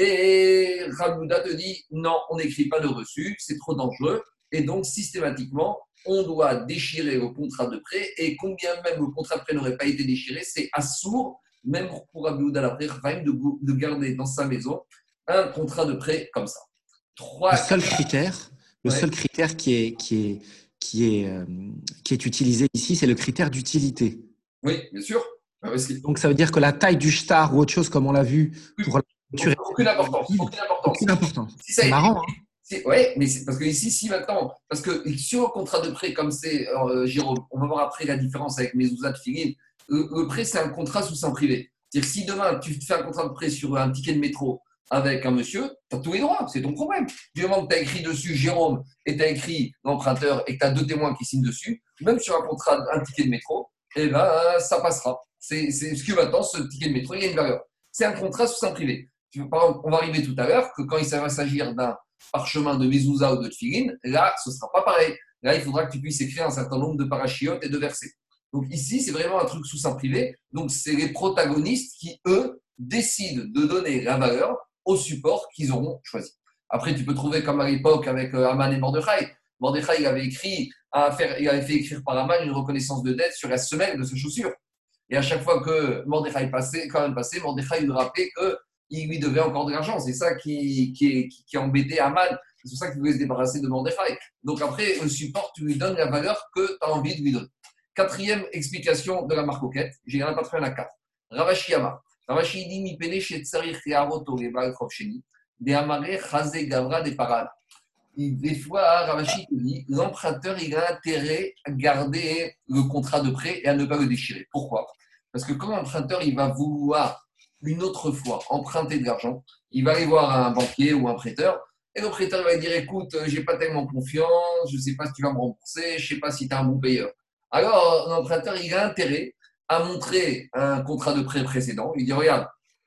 Et Rabbi Yehuda te dit non, on n'écrit pas de reçu, c'est trop dangereux. Et donc, systématiquement, on doit déchirer le contrat de prêt. Et combien même le contrat de prêt n'aurait pas été déchiré, c'est assourd, même pour Rabbi Yehuda l'après, de, de garder dans sa maison un contrat de prêt comme ça. Trois... Le seul critère, le ouais. seul critère qui est, qui est, qui est, euh, qui est utilisé ici, c'est le critère d'utilité. Oui, bien sûr. Donc, ça veut dire que la taille du shtar ou autre chose, comme on l'a vu, pour la aucune, aucune importance. Aucune importance. Aucune importance. Si ça c'est est, marrant. C'est, ouais, mais c'est parce que ici, si maintenant, parce que sur le contrat de prêt, comme c'est, euh, Jérôme, on va voir après la différence avec Mezouza de Philippe, le, le prêt, c'est un contrat sous sein privé. C'est-à-dire que si demain, tu fais un contrat de prêt sur un ticket de métro avec un monsieur, tu as tous les droits, c'est ton problème. Du moment que tu as écrit dessus Jérôme et tu as écrit l'emprunteur et que tu as deux témoins qui signent dessus, même sur un contrat, un ticket de métro, eh ben, ça passera. C'est, c'est ce que maintenant, ce ticket de métro, il y a une valeur. C'est un contrat sous sein privé. Par exemple, on va arriver tout à l'heure que quand il va s'agir d'un parchemin de mezouza ou de tfilin, là, ce ne sera pas pareil. Là, il faudra que tu puisses écrire un certain nombre de parachiotes et de versets. Donc ici, c'est vraiment un truc sous sein privé. Donc, c'est les protagonistes qui, eux, décident de donner la valeur au support qu'ils auront choisi. Après, tu peux trouver comme à l'époque avec Haman et Mordechai. Mordechai, il avait écrit, à faire, il avait fait écrire par Haman une reconnaissance de dette sur la semelle de ses chaussures. Et à chaque fois que Mordechai passait, quand même passait, Mordechai lui rappelait qu'il lui devait encore de l'argent. C'est ça qui, qui, est, qui, qui embêtait Haman. C'est pour ça qu'il voulait se débarrasser de Mordechai. Donc après, le support, tu lui donnes la valeur que tu as envie de lui donner. Quatrième explication de la marcoquette. J'ai un patron à quatre. Ravashi Yama. Ravashi dit mi pene chez Tsarich et Aroto les Balkov Sheni. Des Amaré, Chazé, Gavra, des Parades. Des fois, Ravashi te dit l'emprunteur, il a intérêt à garder le contrat de prêt et à ne pas le déchirer. Pourquoi ? Parce que quand l'emprunteur, il va vouloir une autre fois emprunter de l'argent, il va aller voir un banquier ou un prêteur. Et le prêteur va lui dire, écoute, j'ai pas tellement confiance, je ne sais pas si tu vas me rembourser, je ne sais pas si tu es un bon payeur. Alors, l'emprunteur, il a intérêt à montrer un contrat de prêt précédent. Il dit, regarde,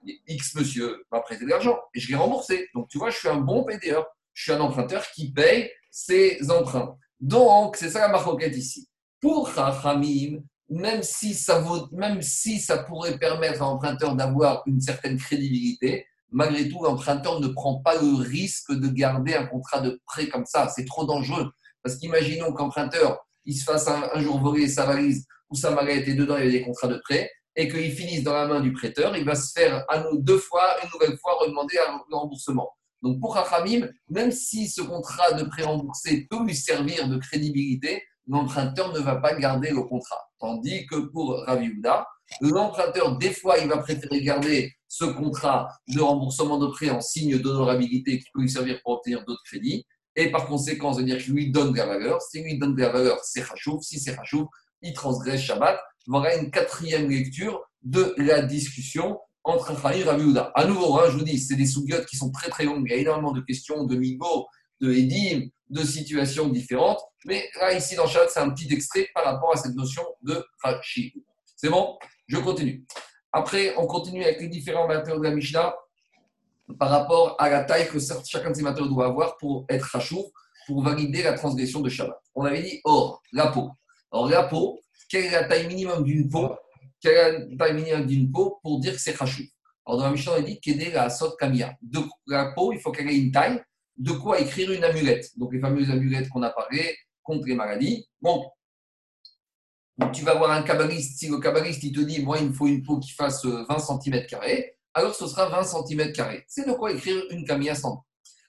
X monsieur m'a prêté de l'argent et je l'ai remboursé. Donc, tu vois, je suis un bon payeur. Je suis un emprunteur qui paye ses emprunts. Donc, c'est ça la marcoquette ici. Pour Chachamim, même si ça vaut, même si ça pourrait permettre à l'emprunteur d'avoir une certaine crédibilité, malgré tout, l'emprunteur ne prend pas le risque de garder un contrat de prêt comme ça. C'est trop dangereux. Parce qu'imaginons qu'emprunteur, il se fasse un, un jour voler sa valise ou sa mallette et dedans il y a des contrats de prêt et qu'il finisse dans la main du prêteur, il va se faire à nous deux fois, une nouvelle fois, redemander un remboursement. Donc pour Chachamim, même si ce contrat de prêt remboursé peut lui servir de crédibilité, l'emprunteur ne va pas garder le contrat. Tandis que pour Rabbi Yehuda, l'emprunteur, des fois, il va préférer garder ce contrat de remboursement de prêt en signe d'honorabilité qui peut lui servir pour obtenir d'autres crédits. Et par conséquent, ça veut dire qu'il lui donne de la valeur. S'il lui donne de la valeur, c'est Chachouv. Si c'est Chachouv, il transgresse Shabbat. Voilà une quatrième lecture de la discussion entre Chachamim et Rabbi Yehuda. À nouveau, hein, je vous dis, c'est des sougiotes qui sont très très longues. Il y a énormément de questions de migo, de edim, de situations différentes. Mais là, ici, dans Shabbat, c'est un petit extrait par rapport à cette notion de Rashi. C'est bon ? Je continue. Après, on continue avec les différents matériaux de la Mishnah. par rapport à la taille que chacun de ces matériaux doit avoir pour être rachouf, pour valider la transgression de Shabbat. On avait dit or, la peau. Alors la peau, quelle est la taille minimum d'une peau? Quelle est la taille minimum d'une peau pour dire que c'est rachouf? Alors dans la Mishnah, on a dit qu'aider la sot kamia. De la peau, il faut qu'elle ait une taille. De quoi écrire une amulette? Donc les fameuses amulettes qu'on a parlé contre les maladies. Bon, donc tu vas voir un kabbaliste. Si le kabbaliste il te dit, moi il me faut une peau qui fasse vingt centimètres carrés, alors ce sera vingt centimètres carrés. C'est de quoi écrire une kamia standard.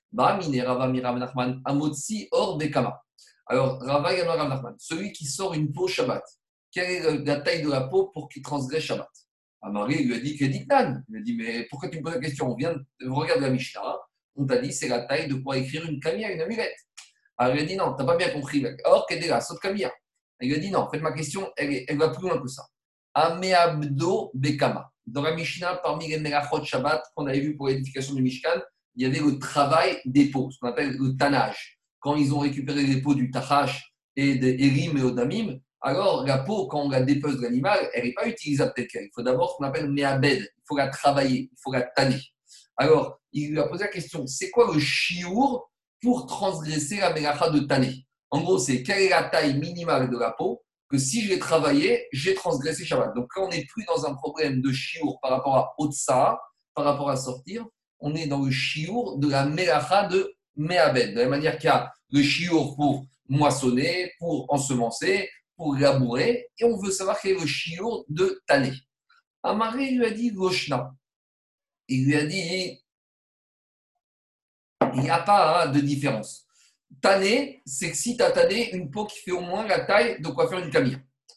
Alors, Rava et Rav Nachman, celui qui sort une peau Shabbat, quelle est la taille de la peau pour qu'il transgresse Shabbat? Amari lui a dit qu'il dit Nan. Il lui a dit, mais pourquoi tu me poses la question? On vient de regarder la Mishnah, on t'a dit c'est la taille de quoi écrire une kamia, une amulette. Alors, il lui a dit non, tu n'as pas bien compris. Or, qu'est-ce que la saute kamia? Il lui a dit non, en fait, ma question, elle, elle va plus loin que ça. Ameabdo Bekama. Dans la Mishnah, parmi les Melachot Shabbat qu'on avait vu pour l'édification du Mishkan, il y avait le travail des peaux, ce qu'on appelle le tannage. Quand ils ont récupéré les peaux du tachash et des érim et odamim, alors la peau, quand on la dépece de l'animal, elle n'est pas utilisable telle qu'elle. Il faut d'abord ce qu'on appelle me'abed, il faut la travailler, il faut la tanner. Alors, il lui a posé la question, c'est quoi le chiour pour transgresser la mélacha de tanner? En gros, c'est quelle est la taille minimale de la peau que si je l'ai travaillé, j'ai transgressé Shabbat. Donc, quand on n'est plus dans un problème de chiour par rapport à Otsa, par rapport à sortir, on est dans le chiour de la mélacha de Me'abed. De la même manière qu'il y a le chiour pour moissonner, pour ensemencer, pour labourer, et on veut savoir quel est le chiour de tanner. Amaré lui a dit Goshna. Il lui a dit il n'y a pas hein, de différence. Tanner, c'est que si tu as tanné une peau qui fait au moins la taille de quoi faire une camille.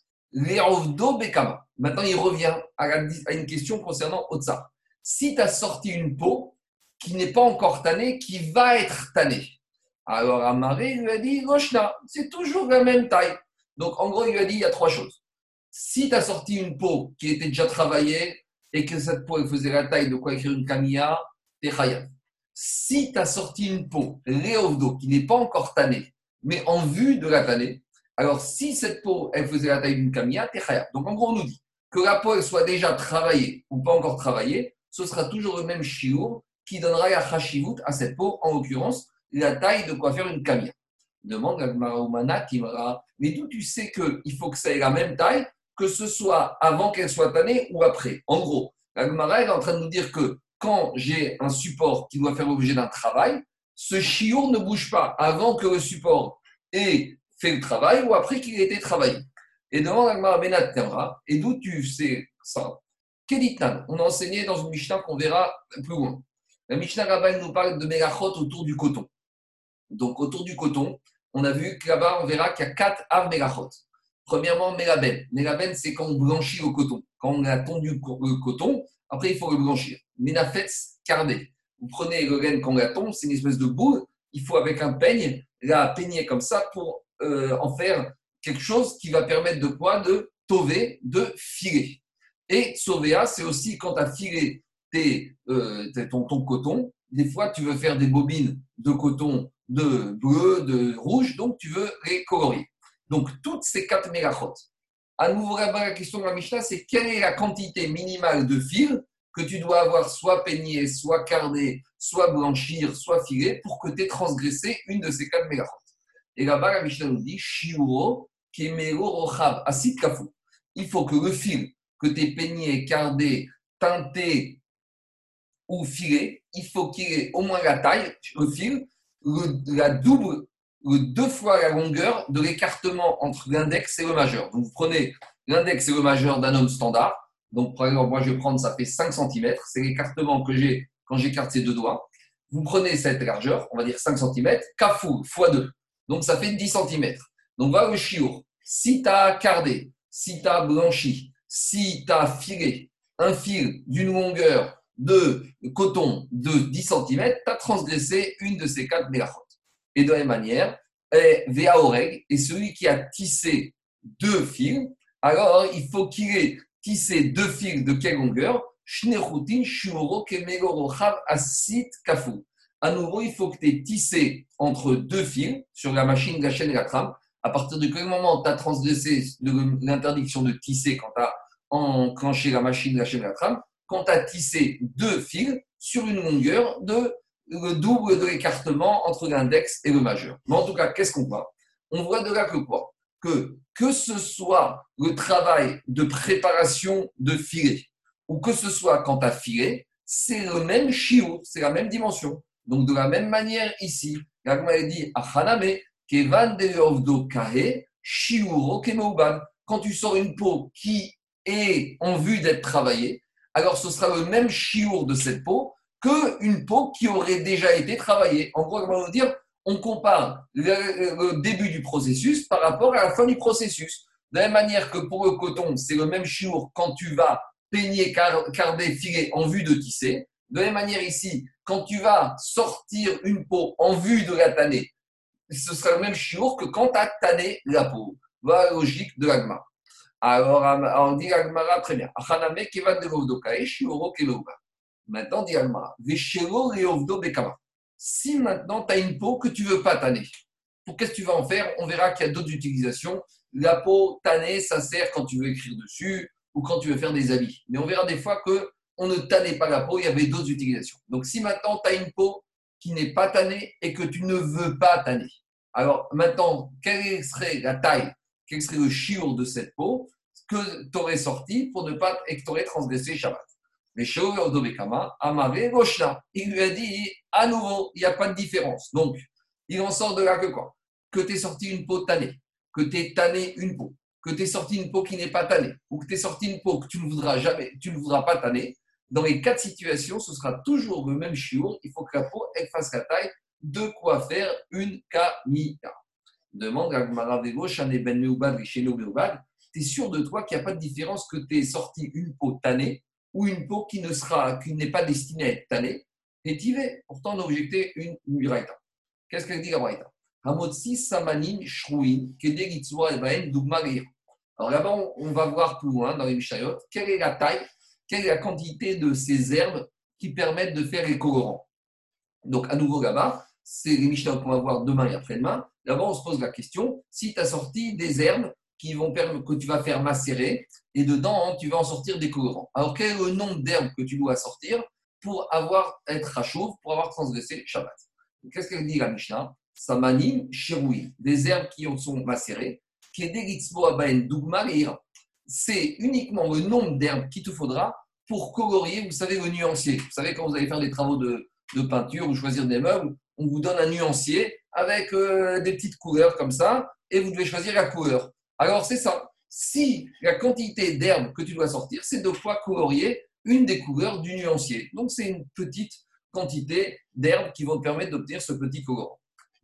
L'Erovdo Bekama. Maintenant, il revient à, la, à une question concernant Otsa. Si tu as sorti une peau qui n'est pas encore tannée, qui va être tannée. Alors, Amaré lui a dit Goshna, c'est toujours la même taille. Donc, en gros, il lui a dit il y a trois choses. Si tu as sorti une peau qui était déjà travaillée et que cette peau elle faisait la taille de quoi écrire une camilla, t'es chayav. Si tu as sorti une peau, réovdo, qui n'est pas encore tannée, mais en vue de la tanner, alors si cette peau elle faisait la taille d'une camilla, t'es chayav. Donc, en gros, on nous dit que la peau elle soit déjà travaillée ou pas encore travaillée, ce sera toujours le même chiour qui donnera la chashivut à cette peau, en l'occurrence, la taille de quoi faire une camilla. Demande à Gmaraoumana Kimara, mais d'où tu sais qu'il faut que ça ait la même taille, que ce soit avant qu'elle soit tannée ou après? En gros, la Gemara est en train de nous dire que quand j'ai un support qui doit faire l'objet d'un travail, ce chiour ne bouge pas avant que le support ait fait le travail ou après qu'il ait été travaillé. Et demande à Gmara Benat Kamra, et d'où tu sais ça? Keditnan, on a enseigné dans une Mishnah qu'on verra plus loin. La Mishnah Rabban nous parle de Melachot autour du coton. Donc, autour du coton, on a vu que là-bas, on verra qu'il y a quatre av Melachot. Premièrement, Melaben. Melaben, c'est quand on blanchit le coton. Quand on a tondu le coton, après, il faut le blanchir. Menafetz, cardé. Vous prenez le laine quand on la tombe, c'est une espèce de boule. Il faut, avec un peigne, la peigner comme ça pour euh, en faire quelque chose qui va permettre de quoi? De tover, de filer. Et Sovea, c'est aussi quand tu as filé tes, euh, ton, ton coton. Des fois, tu veux faire des bobines de coton de bleu, de rouge, donc tu veux les colorier. Donc, toutes ces quatre mégachot. À nouveau, la question de la Mishnah, c'est quelle est la quantité minimale de fil que tu dois avoir soit peigné, soit cardé, soit blanchir, soit filé pour que tu aies transgressé une de ces quatre mégachot. Et là-bas, la Mishnah nous dit Shiuro, Kemero, Rochav, Asid Kafou. Il faut que le fil que tu aies peigné, cardé, teinté ou filé, il faut qu'il ait au moins la taille, le fil, le, la double, le deux fois la longueur de l'écartement entre l'index et le majeur. Donc, vous prenez l'index et le majeur d'un homme standard. Donc, par exemple, moi, je vais prendre, ça fait cinq centimètres. C'est l'écartement que j'ai quand j'écarte ces deux doigts. Vous prenez cette largeur, on va dire cinq centimètres, kafou, fois deux. Donc, ça fait dix centimètres. Donc, voilà le chiour. Si tu as cardé, si tu as blanchi, si tu as filé un fil d'une longueur de coton de dix centimètres, tu as transgressé une de ces quatre mélachot. Et de la même manière, Véa Oreg, et celui qui a tissé deux fils, alors il faut qu'il ait tissé deux fils de quelle longueur? Shnechutin, Shumoro, Kemegorochav, Asit, Kafou. À nouveau, il faut que tu aies tissé entre deux fils sur la machine, la chaîne et la trame. À partir de quel moment tu as transgressé l'interdiction de tisser quand tu as enclenché la machine, la chaîne et la trame? quand tu as tissé deux fils sur une longueur de le double de l'écartement entre l'index et le majeur. Mais en tout cas, qu'est-ce qu'on voit? On voit de là que quoi? Que, que ce soit le travail de préparation de filet ou que ce soit quand tu as filé, c'est le même shiur, c'est la même dimension. Donc, de la même manière ici, l'Agma dit Achaname, Kevan de Ovdo Kahe, Shiuro Kemeuban. Quand tu sors une peau qui est en vue d'être travaillée, alors ce sera le même shiur de cette peau qu'une peau qui aurait déjà été travaillée. En gros, on va dire, on compare le, le début du processus par rapport à la fin du processus. De la même manière que pour le coton, c'est le même shiur quand tu vas peigner, car, carder, filer en vue de tisser. De la même manière ici, quand tu vas sortir une peau en vue de la tanner, ce sera le même shiur que quand tu as tanné la peau. Voilà la logique de l'agma. Alors, on dit l'agmara très bien. Achaname kevan de l'ovdokae, shiuro kelouba. Maintenant, dit l'agmara. Veshelo leovdo bekama. Si maintenant tu as une peau que tu ne veux pas tanner, pour qu'est-ce que tu vas en faire? On verra qu'il y a d'autres utilisations. La peau tannée, ça sert quand tu veux écrire dessus ou quand tu veux faire des habits. Mais on verra des fois qu'on ne tannait pas la peau, il y avait d'autres utilisations. Donc, si maintenant tu as une peau qui n'est pas tannée et que tu ne veux pas tanner, alors maintenant, quelle serait la taille, quel serait le shiur de cette peau que tu aurais sorti pour ne pas et que tu aurais transgressé Shabbat? Mais Shaul Odobekama, Amave Roshna, il lui a dit à nouveau, il n'y a pas de différence. Donc, il en sort de là que quoi? Que tu aies sorti une peau tannée, que tu aies tanné une peau, que tu aies sorti une peau qui n'est pas tannée, ou que tu aies sorti une peau que tu ne voudras jamais, tu ne voudras pas tanner. Dans les quatre situations, ce sera toujours le même shiur. Il faut que la peau elle fasse la taille de quoi faire une kamita. Demande à Gmara Vego, Shane Ben Meubad, Richeno Meubad. Tu es sûr de toi qu'il n'y a pas de différence que tu aies sorti une peau tannée ou une peau qui ne sera, qui n'est pas destinée à être tannée, et tu y vas. Pourtant, on a objecté une muraïta. Qu'est-ce qu'elle dit la muraïta? Hamotsi samanim shruin kederitzwa ebaen dugmareir. Alors là-bas, on, on va voir plus loin dans les Mishayot, quelle est la taille, quelle est la quantité de ces herbes qui permettent de faire les colorants. Donc, à nouveau là-bas, c'est les Mishnayot qu'on va voir demain et après-demain. Là-bas, on se pose la question, si tu as sorti des herbes qui vont permettre, que tu vas faire macérer, et dedans, hein, tu vas en sortir des colorants. Alors, quel est le nombre d'herbes que tu dois sortir pour avoir, être rachouv, pour avoir transgressé Shabbat? Qu'est-ce qu'elle dit la Mishnah? Samanim shiroui, des herbes qui sont macérées, qui est deritzbo abaen dugma leira. C'est uniquement le nombre d'herbes qu'il te faudra pour colorier, vous savez, le nuancier. Vous savez, quand vous allez faire des travaux de, de peinture ou choisir des meubles, on vous donne un nuancier avec euh, des petites couleurs comme ça, et vous devez choisir la couleur. Alors, c'est ça. Si la quantité d'herbes que tu dois sortir, c'est de quoi colorier une des couleurs du nuancier. Donc, c'est une petite quantité d'herbes qui vont te permettre d'obtenir ce petit colorant.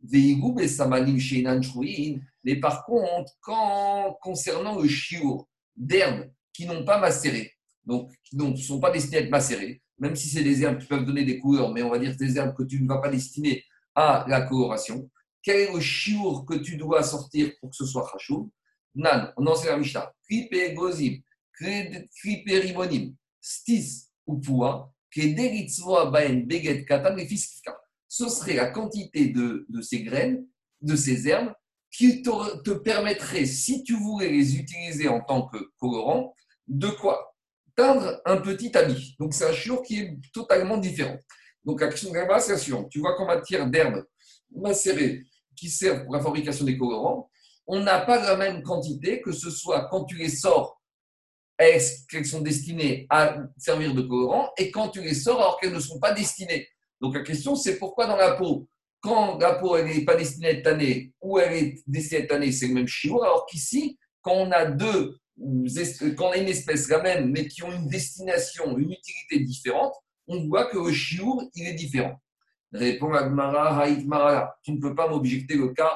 Mais par contre, quand, concernant le shiur d'herbes qui n'ont pas macéré, donc qui ne sont pas destinées à être macérées, même si c'est des herbes qui peuvent donner des couleurs, mais on va dire des herbes que tu ne vas pas destiner à la coloration, quel est le shiur que tu dois sortir pour que ce soit chashuv? Nan, on enseigne la Mishnah. Kripe gozim, kripe ribonim, stis ou poua, kederitzvoa baen beget katan lefiskifka. Ce serait la quantité de, de ces graines, de ces herbes, qui te, te permettrait, si tu voulais les utiliser en tant que colorant, de quoi teindre un petit habit. Donc, c'est un shiur qui est totalement différent. Donc, la question de là-bas, c'est la suivante. Tu vois qu'en matière d'herbes macérées qui servent pour la fabrication des colorants, on n'a pas la même quantité, que ce soit quand tu les sors, qu'elles sont destinées à servir de colorant, et quand tu les sors alors qu'elles ne sont pas destinées. Donc la question, c'est pourquoi dans la peau, quand la peau elle n'est pas destinée à être tannée, ou elle est destinée à être tannée, c'est le même shiur, alors qu'ici, quand on a deux, quand on a une espèce la même, mais qui ont une destination, une utilité différente, on voit que le shiur, il est différent. Répond Agmara, Haït Marala, tu ne peux pas m'objecter le cas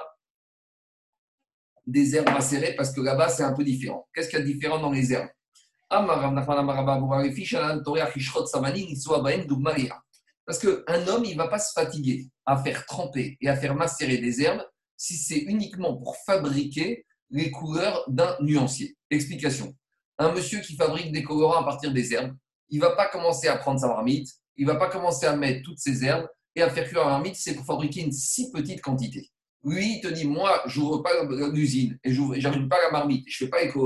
des herbes macérées parce que là-bas, c'est un peu différent. Qu'est-ce qu'il y a de différent dans les herbes? Parce qu'un homme, il ne va pas se fatiguer à faire tremper et à faire macérer des herbes si c'est uniquement pour fabriquer les couleurs d'un nuancier. Explication. Un monsieur qui fabrique des colorants à partir des herbes, il ne va pas commencer à prendre sa marmite, il ne va pas commencer à mettre toutes ces herbes et à faire cuire la marmite, c'est pour fabriquer une si petite quantité. Lui, il te dit, moi, je n'ouvre pas l'usine et je n'allume pas la marmite, je ne fais pas les colorants,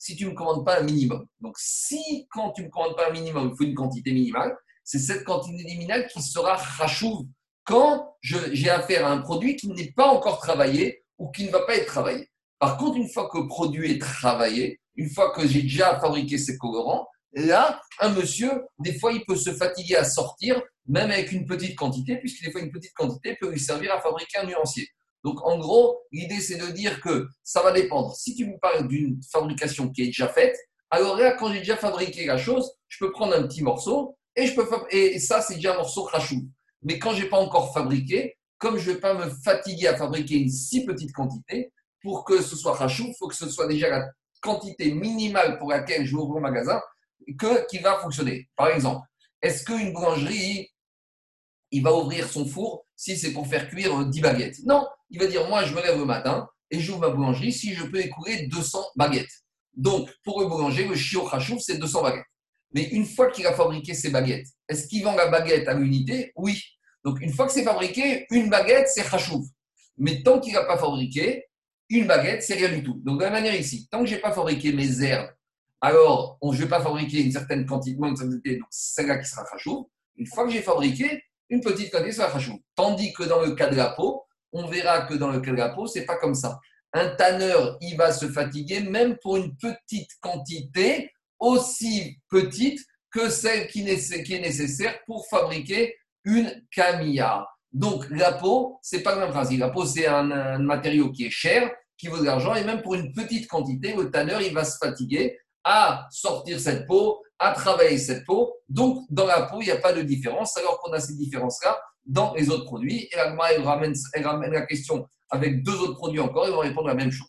si tu ne me commandes pas un minimum. Donc, si quand tu ne me commandes pas un minimum, il faut une quantité minimale, c'est cette quantité minimale qui sera rachouv quand je, j'ai affaire à un produit qui n'est pas encore travaillé ou qui ne va pas être travaillé. Par contre, une fois que le produit est travaillé, une fois que j'ai déjà fabriqué ces colorants, là, un monsieur, des fois, il peut se fatiguer à sortir, même avec une petite quantité, puisque des fois, une petite quantité peut lui servir à fabriquer un nuancier. Donc, en gros, l'idée, c'est de dire que ça va dépendre. Si tu me parles d'une fabrication qui est déjà faite, alors là, quand j'ai déjà fabriqué la chose, je peux prendre un petit morceau et, je peux fa- et ça, c'est déjà un morceau crachou. Mais quand je n'ai pas encore fabriqué, comme je ne vais pas me fatiguer à fabriquer une si petite quantité, pour que ce soit crachou, il faut que ce soit déjà la quantité minimale pour laquelle je vais ouvrir un magasin que, qui va fonctionner. Par exemple, est-ce qu'une boulangerie, il va ouvrir son four si c'est pour faire cuire dix baguettes? Non, il va dire, moi, je me lève le matin et j'ouvre ma boulangerie si je peux écouler deux cents baguettes. Donc, pour le boulanger, le chiot rachouf, c'est deux cents baguettes. Mais une fois qu'il a fabriqué ses baguettes, est-ce qu'il vend la baguette à l'unité? Oui. Donc, une fois que c'est fabriqué, une baguette, c'est rachouf. Mais tant qu'il n'a pas fabriqué, une baguette, c'est rien du tout. Donc, de la même manière ici, tant que je n'ai pas fabriqué mes herbes, alors on, je ne vais pas fabriquer une certaine quantité, une certaine quantité, donc c'est celle-là qui sera rachouf. Une fois que j'ai fabriqué, une petite quantité sera rachouf. Tandis que dans le cas de la peau, on verra que dans le cas de la peau, ce n'est pas comme ça. Un tanneur, il va se fatiguer même pour une petite quantité, aussi petite que celle qui est nécessaire pour fabriquer une camilla. Donc, la peau, ce n'est pas le même principe. La peau, c'est un, un matériau qui est cher, qui vaut de l'argent, et même pour une petite quantité, le tanneur, il va se fatiguer à sortir cette peau, à travailler cette peau. Donc, dans la peau, il n'y a pas de différence, alors qu'on a ces différences-là dans les autres produits. Et la elle ramène, elle ramène la question avec deux autres produits encore, ils vont répondre la même chose.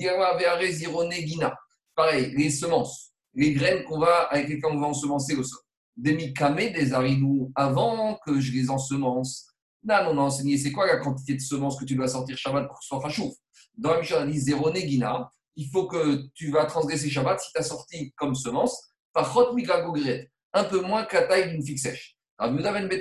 Pareil, les semences, les graines qu'on va, avec lesquelles on va ensemencer le sol. Des mikame, des harinous, avant que je les ensemence. Là, on a enseigné, c'est quoi la quantité de semences que tu dois sortir Shabbat pour que ce soit rachouf? Dans la Mishnah, on a dit zéro negina. Il faut que tu vas transgresser Shabbat si tu as sorti comme semence, par chot migragogret, un peu moins que la taille d'une figue sèche. Il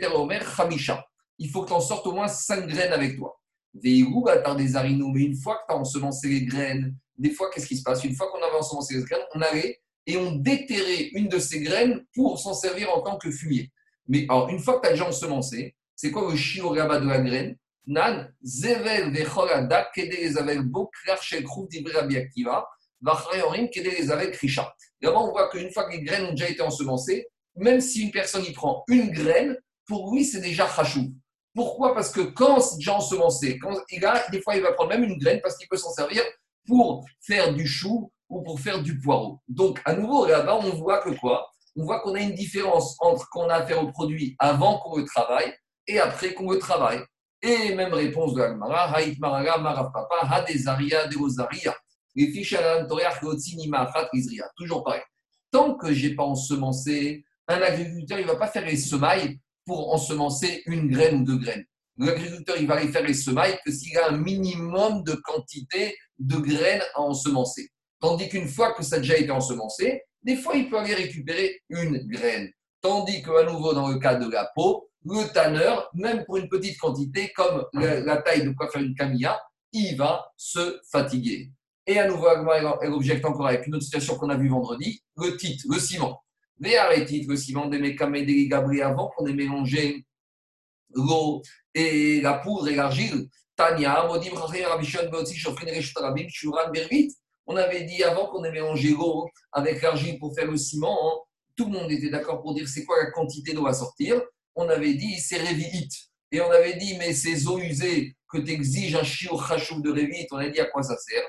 faut que tu en sortes au moins cinq graines avec toi. Veillou, bâtard des harinous, mais une fois que tu as ensemencé les graines, des fois, qu'est-ce qui se passe? Une fois qu'on avait ensemencé les graines, on allait et on déterrait une de ces graines pour s'en servir en tant que fumier. Mais alors, une fois que tu as déjà ensemencé, c'est quoi le shiorama de la graine? Nan, zevel vecholada, kede les avel bo, klar shel krouf d'ibra biaktiva, vachayorim, kede les avel krisha. D'abord, on voit qu'une fois que les graines ont déjà été ensemencées, même si une personne y prend une graine, pour lui, c'est déjà chachou. Pourquoi? Parce que quand c'est déjà ensemencé, quand il a, des fois, il va prendre même une graine parce qu'il peut s'en servir pour faire du chou ou pour faire du poireau. Donc, à nouveau, là-bas, on voit que quoi? On voit qu'on a une différence entre qu'on a affaire au produit avant qu'on le travaille et après qu'on le travaille. Et même réponse de l'Agmara, Haït Maraga, Marav Papa, Hadezaria, Deozaria. Les fiches à l'Antoriach, Nima, Afrat, Izria. Toujours pareil. Tant que je n'ai pas ensemencé, un agriculteur, il ne va pas faire les semailles pour ensemencer une graine ou deux graines. L'agriculteur, il va aller faire les semailles que s'il a un minimum de quantité de graines à ensemencer. Tandis qu'une fois que ça a déjà été ensemencé, des fois, il peut aller récupérer une graine. Tandis qu'à nouveau, dans le cas de la peau, le tanneur, même pour une petite quantité, comme la, la taille de quoi faire une camilla, il va se fatiguer. Et à nouveau, elle objecte encore avec une autre situation qu'on a vue vendredi, le titre, le ciment. Mais arrêtez le ciment des mécamés des gabris avant qu'on ait mélangé l'eau et la poudre et l'argile. Tania, Modim, Rabishon, Beotsi, Shofrin, Reshtarabim, Shuran, Bervit. On avait dit avant qu'on ait mélangé l'eau avec l'argile pour faire le ciment, hein, tout le monde était d'accord pour dire c'est quoi la quantité d'eau à sortir. On avait dit c'est révit. Et on avait dit mais ces eaux usées que tu exiges un chiot chachouf de révit, on avait dit à quoi ça sert.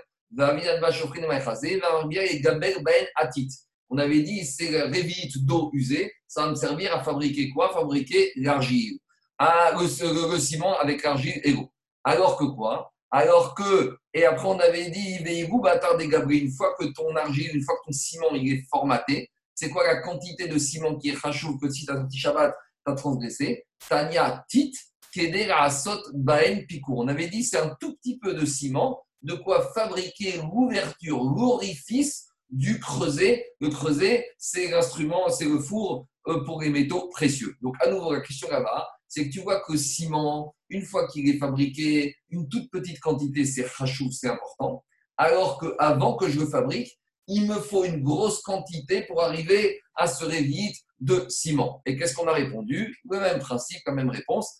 On avait dit c'est la révit d'eau usée, ça va me servir à fabriquer quoi? Fabriquer l'argile. Ah, le, le, le ciment avec l'argile et l'eau. Alors que quoi? Alors que, et après on avait dit, veillez-vous, bâtard des gabris, une fois que ton argile, une fois que ton ciment il est formaté, c'est quoi la quantité de ciment qui est rachouf que si tu as un petit Shabbat, tu as transgressé? Tania tit, keder asot baen picour. On avait dit c'est un tout petit peu de ciment, de quoi fabriquer l'ouverture, l'orifice du creuset. Le creuset, c'est l'instrument, c'est le four pour les métaux précieux. Donc à nouveau, la question là-bas, c'est que tu vois que le ciment, une fois qu'il est fabriqué, une toute petite quantité, c'est rachouf, c'est important. Alors qu'avant que je le fabrique, il me faut une grosse quantité pour arriver à ce révit de ciment. Et qu'est-ce qu'on a répondu? Le même principe, la même réponse.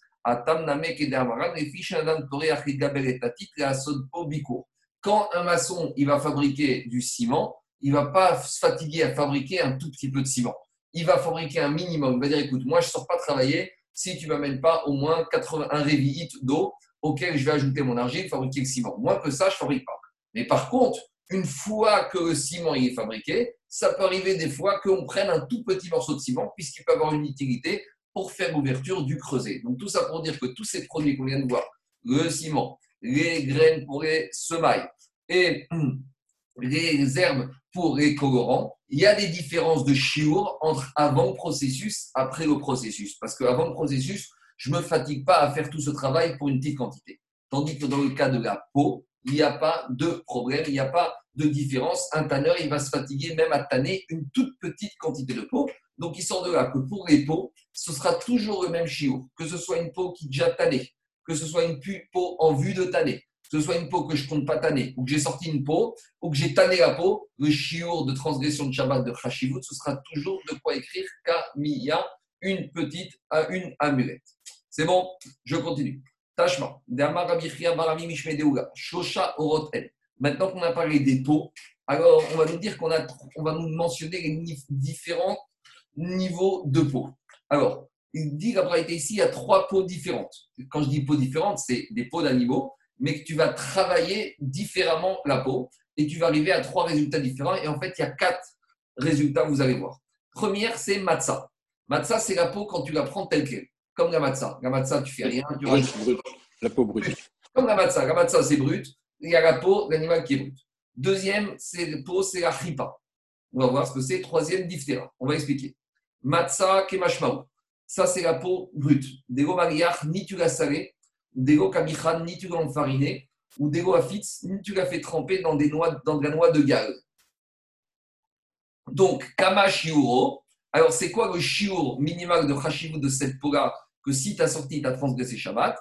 Quand un maçon il va fabriquer du ciment, il ne va pas se fatiguer à fabriquer un tout petit peu de ciment. Il va fabriquer un minimum. Il va dire, écoute, moi, je ne sors pas travailler si tu ne m'amènes pas au moins quatre-vingts-un révit d'eau auquel je vais ajouter mon argile, fabriquer le ciment. Moi, que ça, je ne fabrique pas. Mais par contre, une fois que le ciment il est fabriqué, ça peut arriver des fois qu'on prenne un tout petit morceau de ciment, puisqu'il peut avoir une utilité pour faire l'ouverture du creuset. Donc, tout ça pour dire que tous ces produits qu'on vient de voir, le ciment, les graines pour les semailles et les herbes pour les colorants, il y a des différences de chiour entre avant le processus, après le processus. Parce qu'avant le processus, je ne me fatigue pas à faire tout ce travail pour une petite quantité. Tandis que dans le cas de la peau, il n'y a pas de problème, il n'y a pas de différence. Un tanneur, il va se fatiguer même à tanner une toute petite quantité de peau. Donc, il sort de là que pour les peaux, ce sera toujours le même chiour. Que ce soit une peau qui est déjà tannée, que ce soit une peau en vue de tanner, que ce soit une peau que je ne compte pas tanner, ou que j'ai sorti une peau, ou que j'ai tanné la peau, le chiour de transgression de Shabbat de Chashivut, ce sera toujours de quoi écrire Kamiya, une petite à une amulette. C'est bon, je continue. Tashma. Maintenant qu'on a parlé des peaux, alors on va nous dire qu'on a, on va nous mentionner les différents niveaux de peau. Alors, il dit qu'après ici, il y a trois peaux différentes. Quand je dis peaux différentes, c'est des peaux d'animaux, mais que tu vas travailler différemment la peau et tu vas arriver à trois résultats différents. Et en fait, il y a quatre résultats, vous allez voir. Première, c'est matzah. Matzah, c'est la peau quand tu la prends telle qu'elle. Comme la matzah. La matzah, tu fais rien. Tu brut, brut. La peau brute. Comme la matzah. La matzah, c'est brut. Il y a la peau, l'animal qui est brut. Deuxième c'est la peau, c'est la chipa. On va voir ce que c'est. Troisième, diphtéra. On va expliquer. Matzah kemashmaou. Ça, c'est la peau brute. Dego mariach, ni tu l'as salée. Dego kamichan, ni tu l'as enfariné. Ou dego afitz, ni tu l'as fait tremper dans, des noix, dans de la noix de gale. Donc, kama shiuro. Alors, c'est quoi le shiur minimal de chashivut de cette peau-là que si tu as sorti, tu as transgressé Shabbat?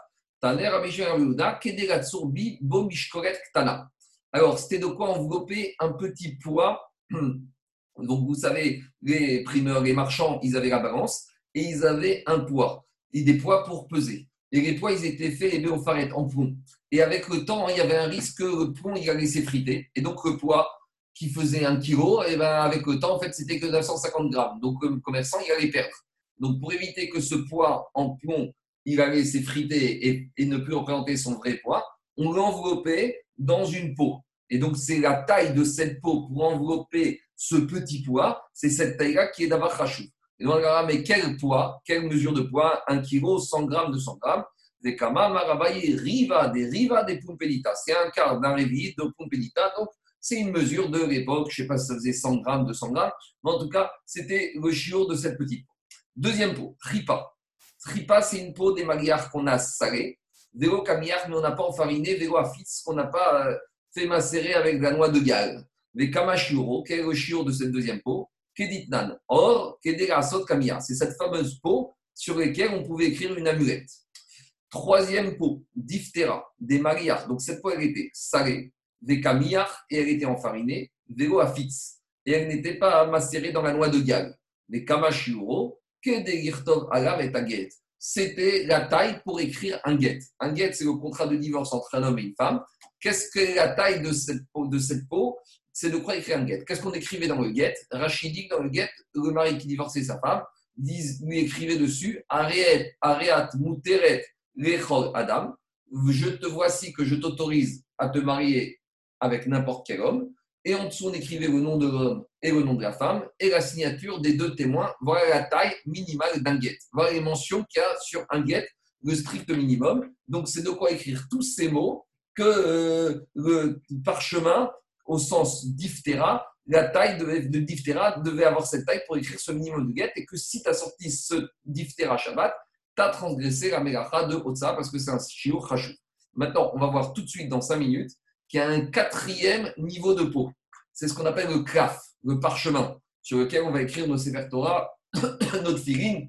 Alors, c'était de quoi envelopper un petit poids. Donc, vous savez, les primeurs, les marchands, ils avaient la balance et ils avaient un poids, et des poids pour peser. Et les poids, ils étaient faits et au faret, en plomb. Et avec le temps, il y avait un risque que le plomb, il allait s'effriter. Et donc, le poids qui faisait un kilo, et ben avec le temps, en fait, c'était que neuf cent cinquante grammes. Donc, le commerçant, il allait perdre. Donc, pour éviter que ce poids en plomb, il allait s'effriter et, et ne plus représenter son vrai poids, on l'enveloppait dans une peau. Et donc, c'est la taille de cette peau pour envelopper ce petit poids, c'est cette taille-là qui est d'avoir rachou. Et donc, on regarde, mais quel poids, quelle mesure de poids? Un kilo, cent grammes, deux cents grammes. Des kama, marabaye, riva, des riva, des pumpelita. C'est un quart d'un révit de pumpelita. Donc, c'est une mesure de l'époque. Je ne sais pas si ça faisait cent grammes, deux cents grammes. Mais en tout cas, c'était le chiour de cette petite peau. Deuxième peau, tripa. Tripa, c'est une peau des magliars qu'on a salée. Vélo camillard, mais on n'a pas enfariné. Vélo afitz, qu'on n'a pas euh, fait macérer avec de la noix de gale. Les kamachiuro, quel est le chiour de cette deuxième peau? Keditnan. Or, kedegasot camillard. C'est cette fameuse peau sur laquelle on pouvait écrire une amulette. Troisième peau, diphtéra, des magliars. Donc cette peau, elle était salée, des camillards, et elle était enfarinée. Vélo afitz. Et elle n'était pas macérée dans la noix de gale. Les kamachiuro, kedegirtov alam et aguet. C'était la taille pour écrire un get. Un get, c'est le contrat de divorce entre un homme et une femme. Qu'est-ce que la taille de cette peau, de cette peau? C'est de quoi écrire un get. Qu'est-ce qu'on écrivait dans le get? Rachid dit que dans le get, le mari qui divorçait sa femme lui écrivait dessus Areat, Areat, Muteret, Lechol Adam. Je te voici que je t'autorise à te marier avec n'importe quel homme. Et en dessous, on écrivait le nom de l'homme et le nom de la femme et la signature des deux témoins. Voilà la taille minimale d'un get. Voilà les mentions qu'il y a sur un get, le strict minimum. Donc, c'est de quoi écrire tous ces mots que euh, le parchemin, au sens diphtéra, la taille de, de diphtéra devait avoir cette taille pour écrire ce minimum de get et que si tu as sorti ce diphtéra Shabbat, tu as transgressé la mélacha de Otsa parce que c'est un shiur chashut. Maintenant, on va voir tout de suite dans cinq minutes qu'il y a un quatrième niveau de peau. C'est ce qu'on appelle le klaf, le parchemin, sur lequel on va écrire nos Sefer Torah, notre filine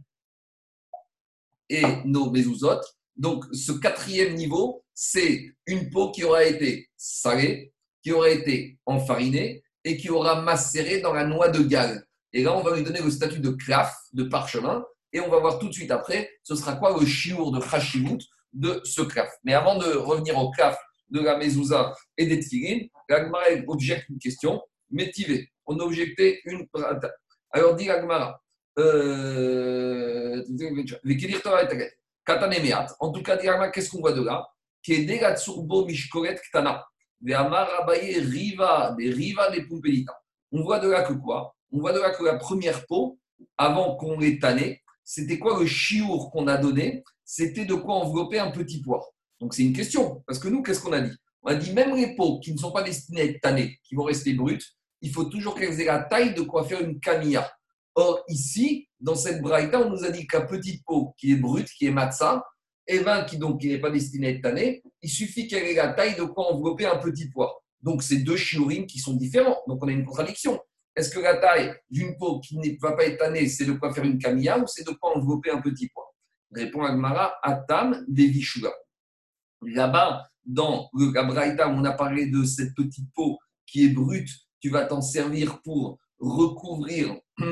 et nos mezuzot. Donc, ce quatrième niveau, c'est une peau qui aura été salée, qui aura été enfarinée et qui aura macéré dans la noix de Galles. Et là, on va lui donner le statut de klaf, de parchemin, et on va voir tout de suite après, ce sera quoi le chiour de Chashivut de ce klaf. Mais avant de revenir au klaf de la mezouza et des tfilin, la Gemara objecte une question, métivée. On a objecté une. Alors, dit la Gemara, euh... en tout cas, dit la Gemara, qu'est-ce qu'on voit de là? On voit de là que quoi? On voit de là que la première peau, avant qu'on l'ait tannée, c'était quoi le chiour qu'on a donné? C'était de quoi envelopper un petit pois. Donc c'est une question, parce que nous, qu'est-ce qu'on a dit? On a dit même les peaux qui ne sont pas destinées à être tannées, qui vont rester brutes, il faut toujours qu'elles aient la taille de quoi faire une camilla. Or ici, dans cette braïta, on nous a dit qu'un petit peau qui est brute, qui est matzah, et ben, qui donc qui n'est pas destiné à être tanné, il suffit qu'elle ait la taille de quoi envelopper un petit pois. Donc c'est deux shiurim qui sont différents. Donc on a une contradiction. Est-ce que la taille d'une peau qui ne va pas être tannée, c'est de quoi faire une camilla ou c'est de quoi envelopper un petit pois? Répond Agmara, Atam Devishula. Là-bas, dans le Braïta, on a parlé de cette petite peau qui est brute, tu vas t'en servir pour recouvrir,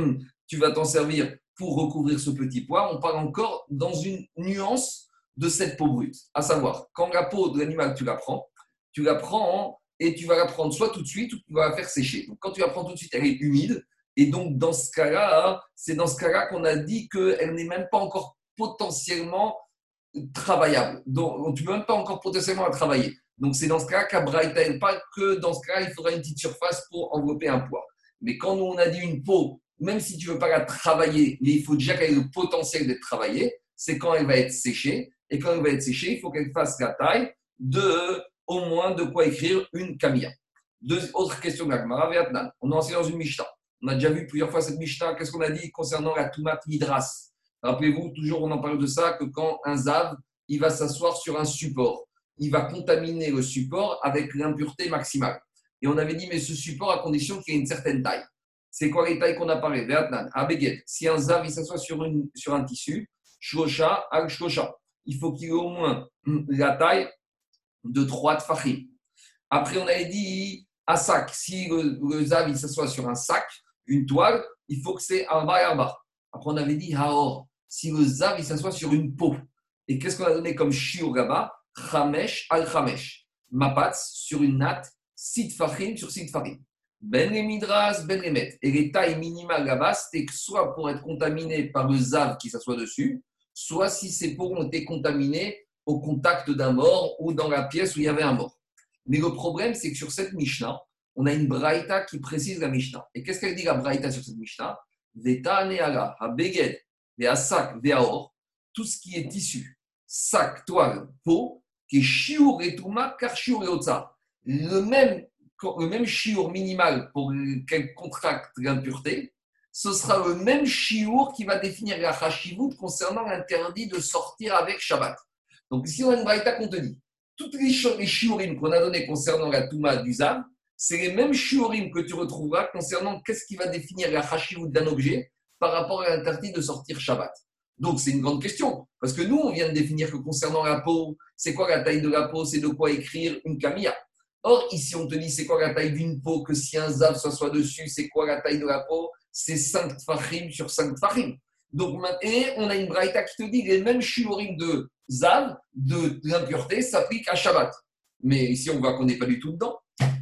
tu vas t'en servir pour recouvrir ce petit pois. On parle encore dans une nuance de cette peau brute. À savoir, quand la peau de l'animal, tu la prends, tu la prends et tu vas la prendre soit tout de suite ou tu vas la faire sécher. Donc, quand tu la prends tout de suite, elle est humide. Et donc, dans ce cas-là, c'est dans ce cas-là qu'on a dit qu'elle n'est même pas encore potentiellement travaillable. Donc, tu ne peux même pas encore potentiellement la travailler. Donc, c'est dans ce cas-là qu'à Braïta, pas que dans ce cas-là, il faudra une petite surface pour envelopper un pois. Mais quand nous, on a dit une peau, même si tu ne veux pas la travailler, mais il faut déjà qu'elle ait le potentiel d'être travaillée, c'est quand elle va être séchée. Et quand elle va être séchée, il faut qu'elle fasse la taille de, au moins, de quoi écrire une camilla. Deux autres questions de la Gemara, Vietnam. On a enseigné dans une Mishnah. On a déjà vu plusieurs fois cette Mishnah. Qu'est-ce qu'on a dit concernant la Toumat Nidras? Rappelez-vous, toujours on en parle de ça, que quand un Zav, il va s'asseoir sur un support, il va contaminer le support avec l'impureté maximale. Et on avait dit, mais ce support à condition qu'il ait une certaine taille. C'est quoi les tailles qu'on a parlé? Vietnam, Abeged. Si un Zav, il s'assoit sur, une, sur un tissu, Shlosha, Al Shlosha. Il faut qu'il ait au moins la taille de trois tfachim. Après, on avait dit à sac. Si le, le Zav il s'assoit sur un sac, une toile, il faut que c'est arba et arba. Après, on avait dit haor. Si le Zav il s'assoit sur une peau. Et qu'est-ce qu'on a donné comme shiur là-bas? Chamesh al chamesh. Mapatz sur une natte, sit fachim sur sit fachim. Ben les midras, ben les met. Et les tailles minimales là-bas, c'était que soit pour être contaminé par le Zav qui s'assoit dessus, soit si ces peaux ont été contaminées au contact d'un mort ou dans la pièce où il y avait un mort. Mais le problème, c'est que sur cette Mishnah, on a une braïta qui précise la Mishnah. Et qu'est-ce qu'elle dit la braïta sur cette Mishnah? Veta neala, ha beged, vea sac, vea or, tout ce qui est tissu, sac, toile, peau, qui est shiur et touma, car shiur et otsa. Le même, le même shiur minimal pour quel contracte l'impureté, ce sera le même shiur qui va définir la chashivut concernant l'interdit de sortir avec Shabbat. Donc, ici, on a une braïta qu'on te dit. Toutes les shiurim qu'on a donné concernant la touma du Zav, c'est les mêmes shiurim que tu retrouveras concernant qu'est-ce qui va définir la chashivut d'un objet par rapport à l'interdit de sortir Shabbat. Donc, c'est une grande question. Parce que nous, on vient de définir que concernant la peau, c'est quoi la taille de la peau? C'est de quoi écrire une camilla. Or, ici, on te dit c'est quoi la taille d'une peau, que si un Zav s'assoit dessus, c'est quoi la taille de la peau? C'est cinq tfachim sur cinq tfachim. Donc, et on a une braïta qui te dit les mêmes shiurim de Zav, de l'impureté, s'appliquent à Shabbat. Mais ici, on voit qu'on n'est pas du tout dedans.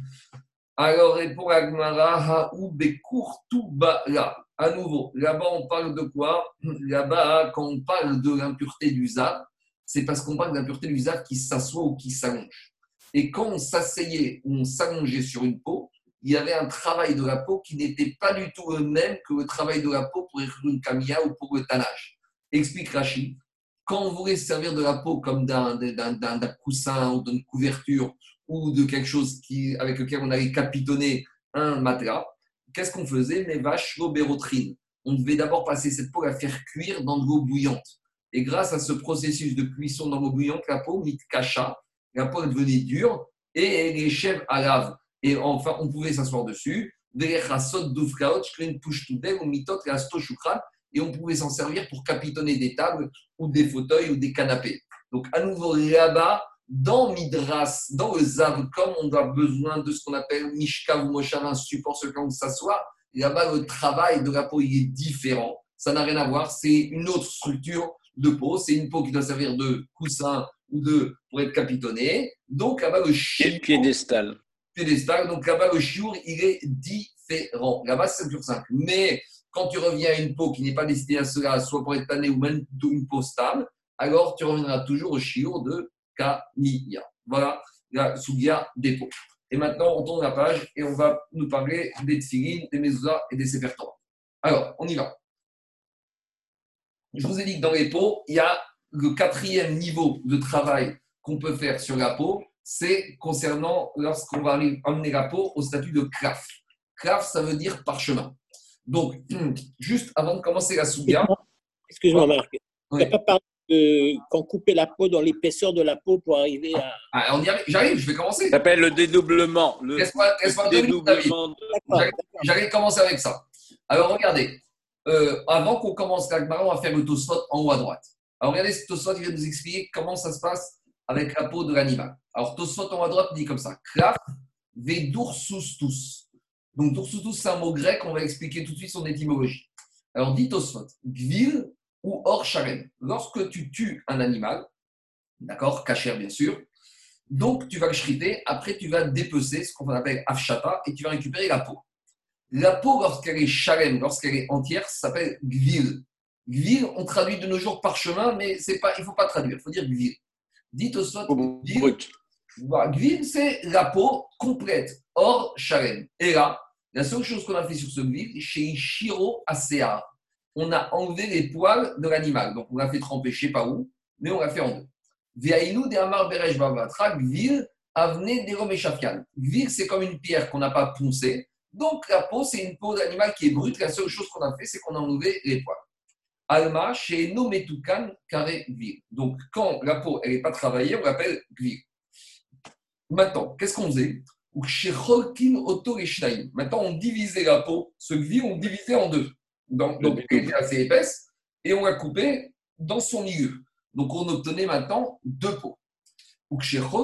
Alors, répond Agmara, Haou Bekurtu Bala. À nouveau, là-bas, on parle de quoi? Là-bas, quand on parle de l'impureté du Zav, c'est parce qu'on parle de l'impureté du Zav qui s'assoit ou qui s'allonge. Et quand on s'asseyait ou on s'allongeait sur une peau, il y avait un travail de la peau qui n'était pas du tout le même que le travail de la peau pour écrire une camilla ou pour le tannage. Explique Rachid, quand on voulait se servir de la peau comme d'un, d'un, d'un, d'un coussin ou d'une couverture ou de quelque chose qui, avec lequel on allait capitonner un matelas, qu'est-ce qu'on faisait? Les vaches, l'eau bérotrine. On devait d'abord passer cette peau, la faire cuire dans de l'eau bouillante. Et grâce à ce processus de cuisson dans l'eau bouillante, la peau, mit cacha, la peau devenait dure et les chèvres à lave. Et enfin, on pouvait s'asseoir dessus. Et on pouvait s'en servir pour capitonner des tables ou des fauteuils ou des canapés. Donc, à nouveau, là-bas, Dans Midras, dans le Zav, comme on a besoin de ce qu'on appelle Mishkav ou Moshav, un support sur lequel on s'assoit, là-bas, le travail de la peau, il est différent. Ça n'a rien à voir. C'est une autre structure de peau. C'est une peau qui doit servir de coussin ou de pour être capitonnée. Donc, là-bas, le chiour, piédestal. Piédestal. Donc, là-bas, le chiour, il est différent. Là-bas, c'est sept sur cinq. Mais quand tu reviens à une peau qui n'est pas destinée à cela, soit pour être tannée ou même une peau stable, alors tu reviendras toujours au chiour de Kamiya. Voilà la Sougia des peaux. Et maintenant, on tourne la page et on va nous parler des tfilines, des mezuzah et des sefer Torah. Alors, on y va. Je vous ai dit que dans les peaux, il y a le quatrième niveau de travail qu'on peut faire sur la peau, c'est concernant lorsqu'on va amener la peau au statut de klaf. Klaf, ça veut dire parchemin. Donc, juste avant de commencer la souga. Excuse-moi, Marc. Tu n'as pas parlé de quand couper la peau dans l'épaisseur de la peau pour arriver à. Ah, on y arrive. J'arrive, je vais commencer. Ça s'appelle le dédoublement. Le, laisse-moi, laisse-moi le dédoublement. De... J'allais, j'allais commencer avec ça. Alors, regardez. Euh, avant qu'on commence l'Agmara, on va faire le Tosfot en haut à droite. Alors, regardez, ce Tosfot, il va nous expliquer comment ça se passe avec la peau de l'animal. Alors, Tosfot en haut à droite dit comme ça. Klaf vedursustus. Donc, dursustus, c'est un mot grec, on va expliquer tout de suite son étymologie. Alors, dit Tosfot, gvil ou or sharem. Lorsque tu tues un animal, d'accord, kasher bien sûr, donc tu vas le shriter, après tu vas dépecer, ce qu'on appelle afshata, et tu vas récupérer la peau. La peau, lorsqu'elle est sharem, lorsqu'elle est entière, ça s'appelle gvil. Gvil, on traduit de nos jours parchemin, mais c'est pas, il ne faut pas traduire, il faut dire gvil. Dit Tosfot, gvil, gvil, c'est la peau complète, or sharem. Et là, la seule chose qu'on a fait sur ce gvil, chez Ishiro Asear, on a enlevé les poils de l'animal. Donc, on l'a fait tremper, je ne sais pas où, mais on l'a fait en deux. Veaïnou de Amar Beresh Bavatra, Gvil, Avne Derom et Shafian. Gvil, c'est comme une pierre qu'on n'a pas poncée. Donc, la peau, c'est une peau d'animal qui est brute. La seule chose qu'on a fait, c'est qu'on a enlevé les poils. Alma, chez Nometukan, carré Gvil. Donc, quand la peau, elle n'est pas travaillée, on l'appelle Gvil. Maintenant, qu'est-ce qu'on faisait? Maintenant, on divisait la peau. Ce Gvil, on divisait en deux. Donc, donc elle était assez épaisse et on l'a coupée dans son milieu. Donc, on obtenait maintenant deux peaux. Donc,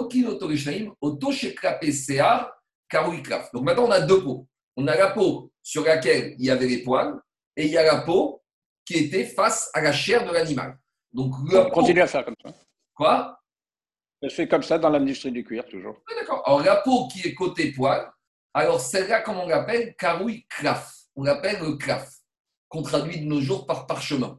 maintenant, on a deux peaux. On a la peau sur laquelle il y avait les poils et il y a la peau qui était face à la chair de l'animal. Donc, on peau... continue à faire comme ça. Quoi? Je fais comme ça dans l'industrie du cuir, toujours. Ah, d'accord. Alors, la peau qui est côté poil, alors celle-là, comment on l'appelle? Karoui klaf. On l'appelle le klaf, qu'on traduit de nos jours par parchemin.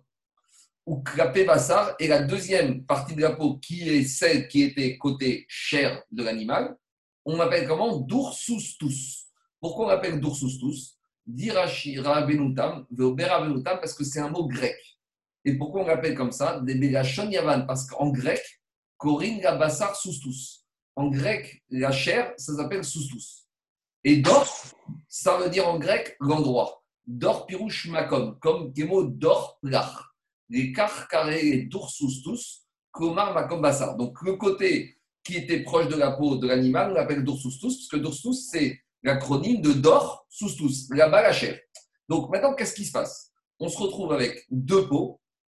Ou klapé bassar est la deuxième partie de la peau qui est celle qui était côté chair de l'animal. On l'appelle comment? Dursustus. Pourquoi on l'appelle dursustus? Dirashira benutam, veobera benutam, parce que c'est un mot grec. Et pourquoi on l'appelle comme ça? Des belachon yavan, parce qu'en grec, korin la bassar sustus. En grec, la chair, ça s'appelle sustus. Et dor, ça veut dire en grec l'endroit. Dor pirouche makom, comme des mots dor plach. Les kar carrés et dursustus, komar makom bassar. Donc le côté qui était proche de la peau de l'animal, on l'appelle dursustus, parce que dursustus, c'est l'acronyme de dor sustus, là-bas la chair. Donc maintenant, qu'est-ce qui se passe? On se retrouve avec deux peaux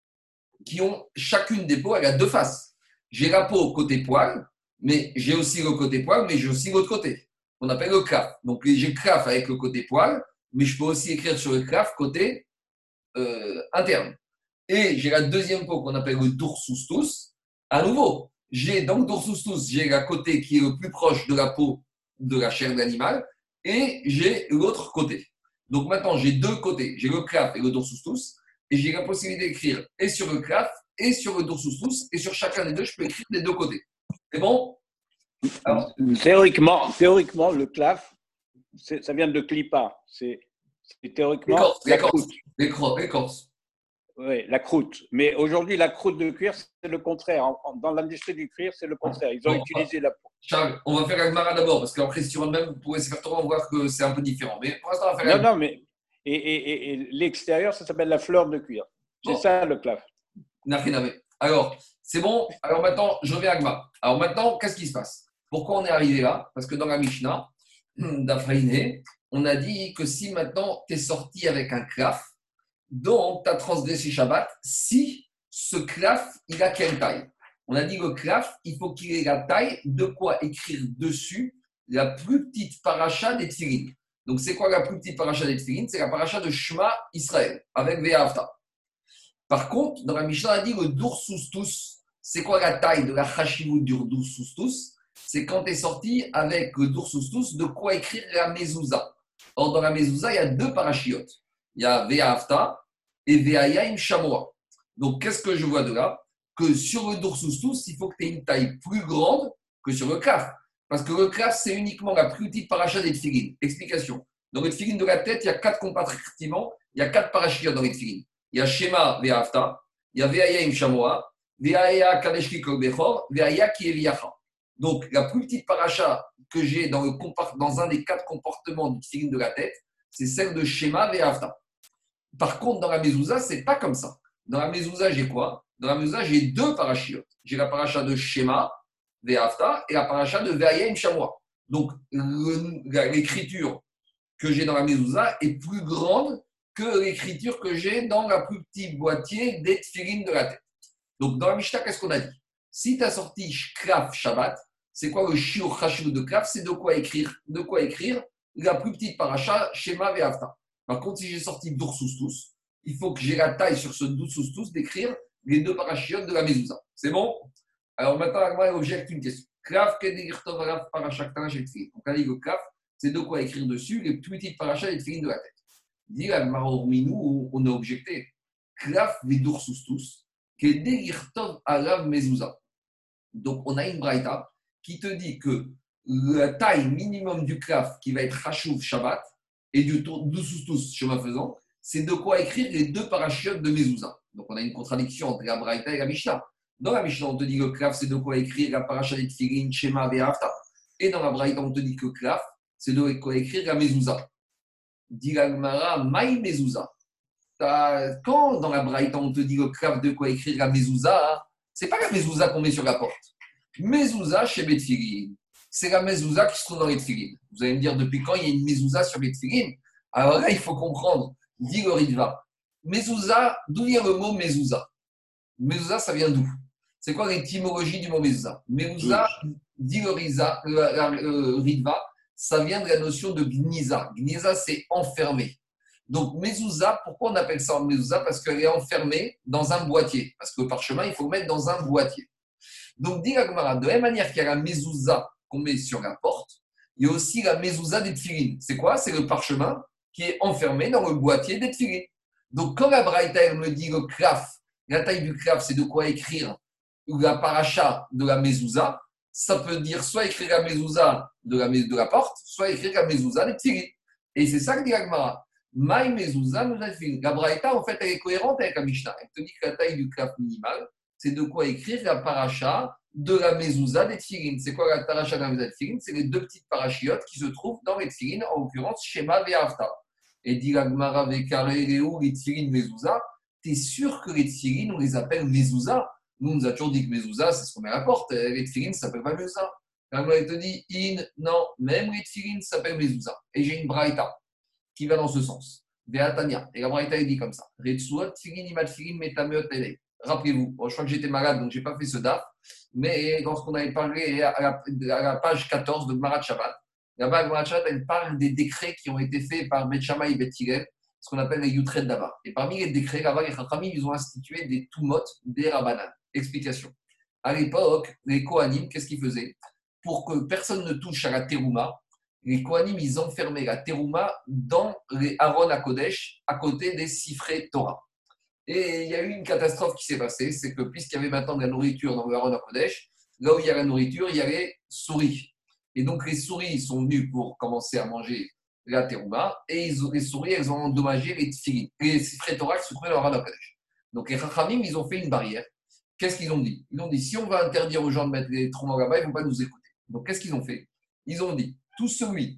qui ont, chacune des peaux, elle a deux faces. J'ai la peau côté poil, mais j'ai aussi le côté poil, mais j'ai aussi l'autre côté. On appelle le klaf. Donc j'ai le klaf avec le côté poil, mais je peux aussi écrire sur le klaf côté euh, interne. Et j'ai la deuxième peau qu'on appelle le dursustus. À nouveau, j'ai dans le dursustus, j'ai la côté qui est le plus proche de la peau de la chair de l'animal, et j'ai l'autre côté. Donc maintenant, j'ai deux côtés. J'ai le klaf et le dursustus, et j'ai la possibilité d'écrire et sur le klaf et sur le dursustus, et sur chacun des deux, je peux écrire des deux côtés. C'est bon? Alors, théoriquement, théoriquement, le klaf, ça vient de klipa. C'est, c'est théoriquement l'écorce, la l'écorce, croûte. l'écorce, l'écorce. Oui, la croûte. Mais aujourd'hui, la croûte de cuir, c'est le contraire. Dans l'industrie du cuir, c'est le contraire. Ils ont bon, utilisé la peau. Charles, on va faire Agmara d'abord, parce qu'après, si tu rentres même, vous pourrez se faire tourner, on va voir que c'est un peu différent. Mais pour l'instant, on va faire Non, Agmara. non, mais et, et, et, et l'extérieur, ça s'appelle la fleur de cuir. C'est bon. Ça, le klaf. Alors, c'est bon. Alors maintenant, je reviens à Agmara. Alors maintenant, qu'est-ce qui se passe? Pourquoi on est arrivé là? Parce que dans la Mishnah, d'Afraïné, on a dit que si maintenant, tu es sorti avec un klaf, donc tu as transgressé Shabbat, si ce klaf, il a quelle taille? On a dit le klaf, il faut qu'il ait la taille de quoi écrire dessus la plus petite paracha des tefilin. Donc, c'est quoi la plus petite paracha des tefilin? C'est la paracha de Shema Israël, avec Ve'ahavta. Par contre, dans la Mishnah, on a dit le dour soustus. C'est quoi la taille de la chashivut du dour soustus? C'est quand tu es sorti avec le dour soustus, de quoi écrire la mezouza. Or, dans la mezouza, il y a deux parachiotes. Il y a Ve'ahavta et Ve'ayim Shamoa. Donc, qu'est-ce que je vois de là? Que sur le dour soustus, il faut que tu aies une taille plus grande que sur le klaf. Parce que le klaf, c'est uniquement la plus petite paracha des tefilin. Explication. Dans le tefilin de la tête, il y a quatre compartiments, il y a quatre parachiotes dans les tefilin. Il y a Shema Ve'ahavta, il y a Ve'ayim Shamoa, Ve'aya Kadesh Kol Bechor, Ve'aya Kieviyacha. Donc, la plus petite paracha que j'ai dans, le compart- dans un des quatre comportements du tefilin de la tête, c'est celle de Shema Ve'ahavta. Par contre, dans la mezouza, ce n'est pas comme ça. Dans la mezouza, j'ai quoi? Dans la mezouza, j'ai deux parachiotes. J'ai la paracha de Shema Ve'ahavta et la paracha de Ve'ayim Shamoa. Donc, le, l'écriture que j'ai dans la mezouza est plus grande que l'écriture que j'ai dans la plus petite boîtier des tefilin de la tête. Donc, dans la Mishnah, qu'est-ce qu'on a dit? Si tu as sorti Klaf Shabbat, c'est quoi le shiur chashivut de Klaf? C'est de quoi écrire, de quoi écrire la plus petite paracha, Shema Ve'ahavta. Par contre, si j'ai sorti Dour Soustus, il faut que j'ai la taille sur ce Dour Soustus d'écrire les deux parachiotes de la mezouza. C'est bon? Alors maintenant, Agma objecte une question. Klaf kedigirtov alav paracha ktana shel tefilin. Donc, on a dit le Klaf, c'est de quoi écrire dessus les plus petites parachas des tefilin de la tête. Dit Agma Orminou, on a objecté. Klaf vedour soustus, kedigirtov alav mezouza. Donc, on a une braïta qui te dit que la taille minimum du klaf qui va être Chashuv Shabbat et du Doussoustous chemin faisant, c'est de quoi écrire les deux parachiotes de mezouza. Donc, on a une contradiction entre la braïta et la Mishnah. Dans la Mishnah, on te dit que le klaf, c'est de quoi écrire la paracha des tefilin, Shema Ve'ahavta. Et dans la braïta, on te dit que le klaf, c'est de quoi écrire la mezouza. Dit la Gemara, maï mezouza. Quand dans la braïta, on te dit le klaf, de quoi écrire la mezouza, c'est pas la mezouza qu'on met sur la porte. Mezouza chez Betfilin. C'est la mezouza qui se trouve dans les tefilin. Vous allez me dire, depuis quand il y a une mezouza sur les tefilin? Alors là, il faut comprendre. Dit le Ritva. Mezouza, d'où vient le mot mezouza? Mezouza, ça vient d'où? C'est quoi l'étymologie du mot mezouza? Mezouza, dit le Ritva, le Ritva, ça vient de la notion de gniza. Gniza, c'est enfermé. Donc, mezouza, pourquoi on appelle ça mezouza? Parce qu'elle est enfermée dans un boîtier. Parce que le parchemin, il faut le mettre dans un boîtier. Donc, dit la Gemara, de la même manière qu'il y a la mezouza qu'on met sur la porte, il y a aussi la mezouza des tefilin. C'est quoi? C'est le parchemin qui est enfermé dans le boîtier des tefilin. Donc, quand la braïta, elle me dit le klaf, la taille du klaf, c'est de quoi écrire la paracha de la mezouza, ça peut dire soit écrire la mezouza de la, de la porte, soit écrire la mezouza des tefilin. Et c'est ça que dit la Gemara. Maï mezouza nous a fait. La braïta, en fait, elle est cohérente avec la Mishnah. Elle te dit que la taille du klaf minimale, c'est de quoi écrire la paracha de la mezouza des tefilin. C'est quoi la paracha de la mezouza des tefilin? C'est les deux petites parachiotes qui se trouvent dans les tefilin, en l'occurrence Shema Ve'ahavta. Et dit la Gemara Vekaré Réou, les tefilin mezouza, t'es sûr que les tefilin, on les appelle mezouza? Nous, on nous a toujours dit que mezouza, c'est ce qu'on met à la porte. Les tefilin, ça s'appelle pas mezouza. La Gemara te dit, in, non, même les tefilin s'appellent mezouza. Et j'ai une braïta qui va dans ce sens. Ve'atania. Et la braïta, elle dit comme ça. Retsuot tefilin imat tefilin metameot elei. Rappelez-vous, bon, je crois que j'étais malade, donc je n'ai pas fait ce D A F, mais lorsqu'on avait parlé à la, à la page quatorze de Marat Shabbat, là-bas, Marat Shabbat, elle parle des décrets qui ont été faits par Bet Shammai et Bet Hillel, ce qu'on appelle les Yutred Davar. Et parmi les décrets, là-bas, les Chachamim, ils ont institué des Tumot, des Rabbanan. Explication. À l'époque, les Kohanim, qu'est-ce qu'ils faisaient? Pour que personne ne touche à la Terouma, les Kohanim, ils enfermaient la Terouma dans les Aaron à Kodesh, à côté des Sifrei Torah. Et il y a eu une catastrophe qui s'est passée, c'est que puisqu'il y avait maintenant de la nourriture dans le Aaron HaKodesh, là où il y a la nourriture, il y a les souris. Et donc les souris sont venues pour commencer à manger la terouma, et ils, les souris, elles ont endommagé les tefilin, les sifrei Torah qui se trouvaient dans le Aaron HaKodesh. Donc les Chachamim, ils ont fait une barrière. Qu'est-ce qu'ils ont dit? Ils ont dit, si on va interdire aux gens de mettre les troumas là-bas, ils ne vont pas nous écouter. Donc qu'est-ce qu'ils ont fait? Ils ont dit, tout celui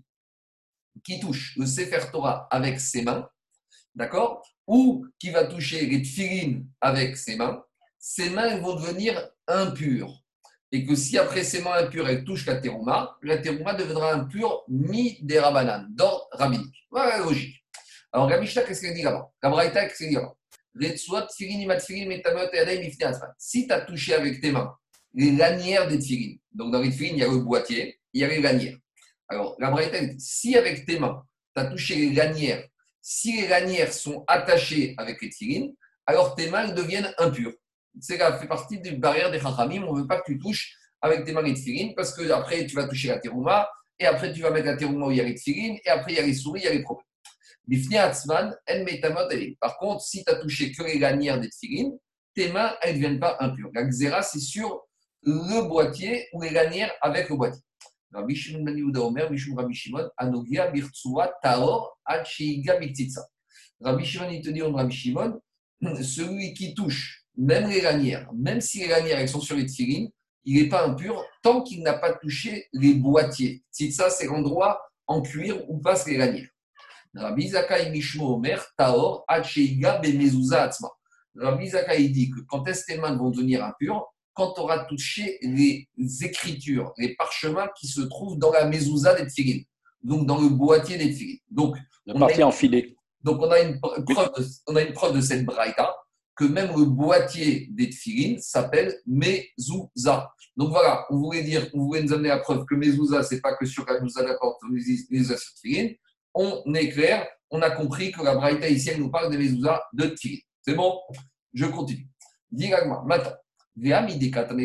qui touche le Sefer Torah avec ses mains, d'accord, ou qui va toucher les tefilin avec ses mains, ses mains vont devenir impures. Et que si après ses mains impures, elles touchent la terouma, la terouma deviendra impure mi des rabanan, d'ordre rabbinique. Voilà la logique. Alors la Mishnah, qu'est-ce qu'elle dit là-bas? La Braïta, qu'est-ce qu'elle dit là-bas? Si tu as touché avec tes mains les lanières des tefilines. Donc, dans les tefilines, il y a le boîtier, il y a les lanières. Alors, la Braïta dit, si avec tes mains, tu as touché les lanières, si les lanières sont attachées avec les tefilines, alors tes mains deviennent impures. C'est là, fait partie des barrières des chachamim. On ne veut pas que tu touches avec tes mains les tefilines parce que après tu vas toucher la terouma et après tu vas mettre la terouma où il y a les tefilines et après il y a les souris, il y a les problèmes. Bifni atzman en metamot elle. Par contre, si tu as touché que les lanières des tefilines, tes mains elles ne deviennent pas impures. La xéra c'est sur le boîtier ou les lanières avec le boîtier. Rabbi Shimon ben Yehuda Omer, Mishum Rabbi Shimon, Anogia birtsua taor ad sheiga biktitsa. Rabbi Shimon il te dit, Rabbi Shimon, celui qui touche même les lanières, même si les lanières elles sont sur les tefilines, il n'est pas impur tant qu'il n'a pas touché les boîtiers. Si ça, c'est l'endroit en cuir où passent les lanières. Rabbi Zakai Mishmo Omer, Taor, Hacheiga, Bemezouza, Atzma. Rabbi Zakai dit que quand est-ce que tes mains vont devenir impures, quand tu auras touché les écritures, les parchemins qui se trouvent dans la mezouza des tefilines, donc dans le boîtier des tefilines. Donc, la partie enfilée. Donc, on a une preuve de, on a une preuve de cette braïta que même le boîtier des tefilines s'appelle mezouza. Donc voilà, on voulait dire, on voulait nous amener la preuve que mezouza, c'est pas que sur la mezouza d'accord, mezouza sur tefilines. On est clair, on a compris que la braïta ici, elle nous parle des mezouza de tefilines. C'est bon? Je continue. Dis-moi, maintenant. Maintenant, on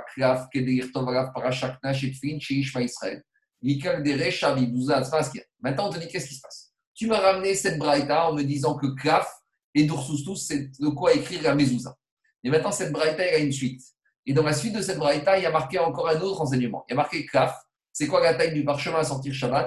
te dit qu'est-ce qui se passe. Tu m'as ramené cette braïta en me disant que klaf et doursoustous, c'est de quoi écrire la mezouza. Et maintenant, cette braïta, elle a une suite. Et dans la suite de cette braïta, il y a marqué encore un autre enseignement. Il y a marqué klaf, c'est quoi la taille du parchemin à sortir Shabbat?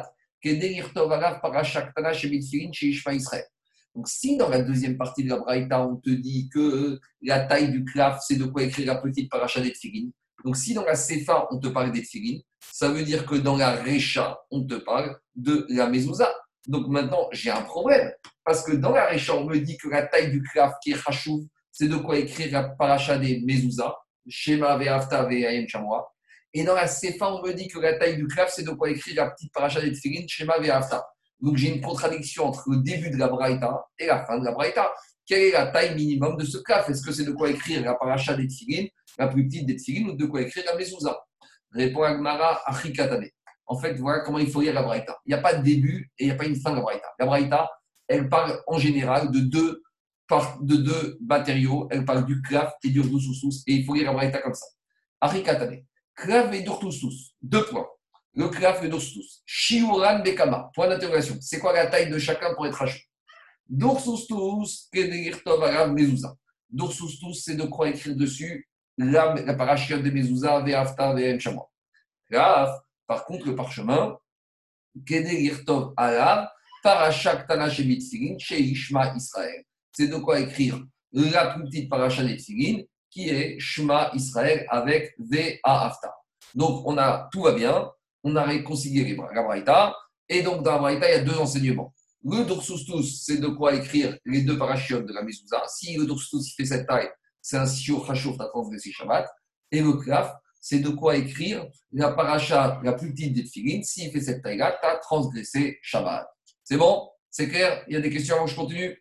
Donc, si dans la deuxième partie de la braïta, on te dit que la taille du klaf, c'est de quoi écrire la petite paracha des tefilines. Donc, si dans la sefa, on te parle des tefilines, ça veut dire que dans la recha, on te parle de la mezouza. Donc, maintenant, j'ai un problème. Parce que dans la recha, on me dit que la taille du klaf qui est chachouv, c'est de quoi écrire la paracha des mezouza, Shema ve'afta ve'ayem chamwa. Et dans la sefa, on me dit que la taille du klaf, c'est de quoi écrire la petite paracha des tefilines, Shema ve'afta. Donc, j'ai une contradiction entre le début de la braïta et la fin de la braïta. Quelle est la taille minimum de ce klaf? Est-ce que c'est de quoi écrire la paracha des tefilines, la plus petite des tefilines, ou de quoi écrire la mezouza? Répond Agmara, Achikatane. En fait, voilà comment il faut lire la braïta. Il n'y a pas de début et il n'y a pas une fin de la braïta. La braïta, elle parle en général de deux, de deux matériaux. Elle parle du klaf et du doursoustous. Et il faut lire la braïta comme ça. Achikatane. Klaf et doursoustous. Deux points. Le klaf et le doursoustous. Shiuran bekama. Point d'interrogation. C'est quoi la taille de chacun pour être hachou? Doursoustous, kedeirtov arav mezouza. Doursoustous, c'est de quoi écrire dessus la, la parachia de mezouza, ve'afta, ve'en chamwa. Klaf, par contre, le parchemin, kedeirtov arav, parachak tanash et tefilin, sheishma Israël. C'est de quoi écrire la plus petite paracha des tefilin, qui est Shema Israël avec ve'afta. Donc, on a, tout va bien. On a réconcilié la braïta, et donc dans la braïta, il y a deux enseignements. Le doursoustous, c'est de quoi écrire les deux parachiotes de la mezouza. Si le doursoustous fait cette taille, c'est un shiur chashouf, t'as transgressé Shabbat. Et le klaf, c'est de quoi écrire la paracha la plus petite des tefilines. S'il fait cette taille-là, t'as transgressé Shabbat. C'est bon? C'est clair? Il y a des questions avant que je continue?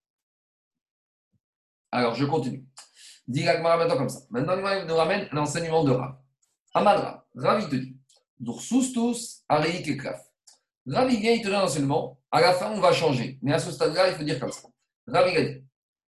Alors, je continue. Dis l'Agmara maintenant comme ça. Maintenant, il nous ramène l'enseignement de Rav. Amad Rav, il te dit Doursoustous, Areik et Klaf. Rav, il vient, il te donne un enseignement. À la fin, on va changer. Mais à ce stade-là, il faut dire comme ça. Rav, il a dit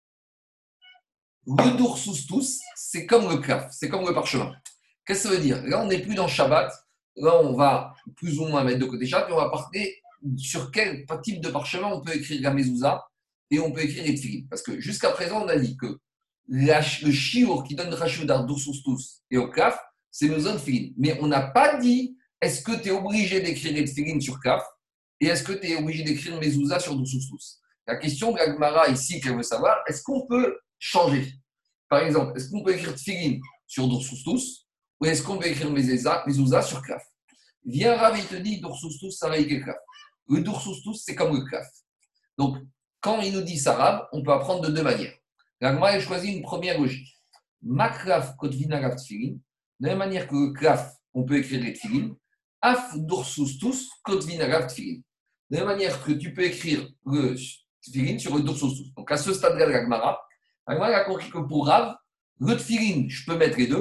le Doursoustous, c'est comme le Klaf, c'est comme le parchemin. Qu'est-ce que ça veut dire? Là, on n'est plus dans Shabbat. Là, on va plus ou moins mettre de côté Shabbat, et on va parler sur quel type de parchemin on peut écrire la mezouza et on peut écrire les tefilin. Parce que jusqu'à présent, on a dit que la, le shiur qui donne Rachudar Doursoustous et au Klaf, c'est mezouza de tefilin. Mais on n'a pas dit est-ce que tu es obligé d'écrire les tefilin sur Klaf et est-ce que tu es obligé d'écrire mezouza sur Doursoustous. La question de la Gemara ici qu'elle veut savoir, est-ce qu'on peut changer? Par exemple, est-ce qu'on peut écrire tefilin sur Doursoustous ou est-ce qu'on peut écrire mezouza sur Klaf? Viens Rav, il te dit Doursoustous, ça va écrire Klaf. Le Doursoustous, c'est comme le Klaf. Donc, quand il nous dit ça, Rav, on peut apprendre de deux manières. La Gemara a choisi une première logique. Ma Klaf kotvina Rav tefilin, de la même manière que le Klaf, on peut écrire les tefilin, af Doursoustous kotvina Rav tefilin. De la même manière que tu peux écrire le tefilin sur le Doursoustous. Donc, à ce stade-là de la Gemara, la Gemara a compris que pour Rav, le tefilin, je peux mettre les deux,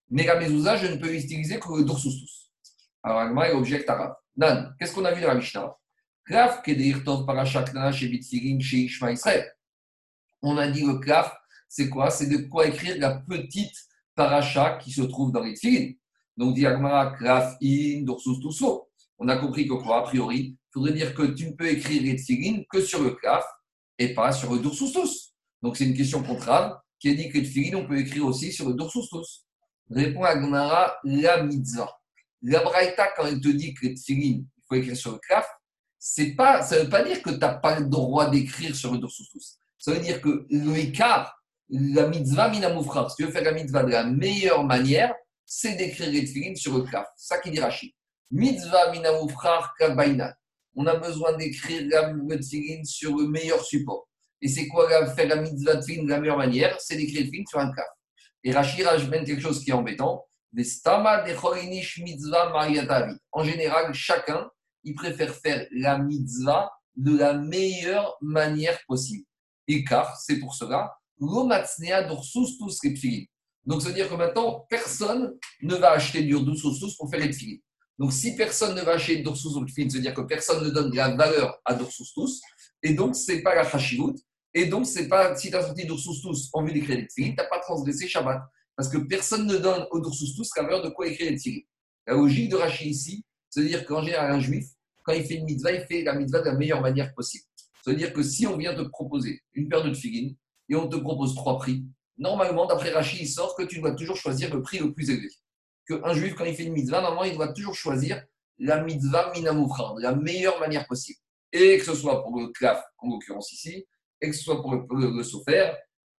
mais la mezouza, je ne peux l'utiliser que le dorsoustus. Alors, Agma, il objecte à Rav. Dan, qu'est-ce qu'on a vu dans la Mishnah? Klaf, kedeirtov parashak nana chez bitfilin chez Ishma Israël. On a dit le klaf, c'est quoi? C'est de quoi écrire la petite paracha qui se trouve dans les tfilin. Donc, dit Agma, klaf in dorsoustus. On a compris que quoi, a priori, il faudrait dire que tu ne peux écrire les tfilin que sur le klaf et pas sur le dorsoustus. Donc, c'est une question contre Rav qui a dit que les tfilin, on peut écrire aussi sur le dorsoustus. Répond Agmara, la mitzvah. La braïta, quand elle te dit que les tfilin, il faut écrire sur le klaf, c'est pas, ça ne veut pas dire que tu n'as pas le droit d'écrire sur le dorsoustus. Ça veut dire que l'écart, la mitzvah minamoufrar, si tu veux faire la mitzvah de la meilleure manière, c'est d'écrire les tfilin sur le klaf. C'est ça qui dit Rashi. Mitzvah minamoufrar kabaina. On a besoin d'écrire le tfilin sur le meilleur support. Et c'est quoi faire la mitzvah de tfilin de la meilleure manière? C'est d'écrire le tfilin sur un klaf. Et Rashi rajoute quelque chose qui est embêtant. Des stama de chorinish mitzvah mariatavi. En général, chacun, il préfère faire la mitzvah de la meilleure manière possible. Et car, c'est pour cela, l'omatsnea dorsoustus les tfilin. Donc, ça veut dire que maintenant, personne ne va acheter du dorsoustus pour faire les tfilin. Donc, si personne ne va acheter du dorsoustus les tfilin, ça veut dire que personne ne donne de la valeur à dorsoustus. Et donc, ce n'est pas la chashivut. Et donc, c'est pas, si tu as sorti dorsoustus en vue d'écrire les tfilin, tu n'as pas transgressé Shabbat. Parce que personne ne donne au dorsoustus la valeur de quoi écrire les tfilin. La logique de Rashi ici, c'est-à-dire qu'en général, un juif, quand il fait une mitzvah, il fait la mitzvah de la meilleure manière possible. Ça veut dire que si on vient te proposer une paire de tfilin et on te propose trois prix, normalement, d'après Rashi, il sort que tu dois toujours choisir le prix le plus élevé. Qu'un juif, quand il fait une mitzvah, normalement, il doit toujours choisir la mitzvah minamoufrar, de la meilleure manière possible. Et que ce soit pour le klaf, en l'occurrence ici, et que ce soit pour le, le, le sofer,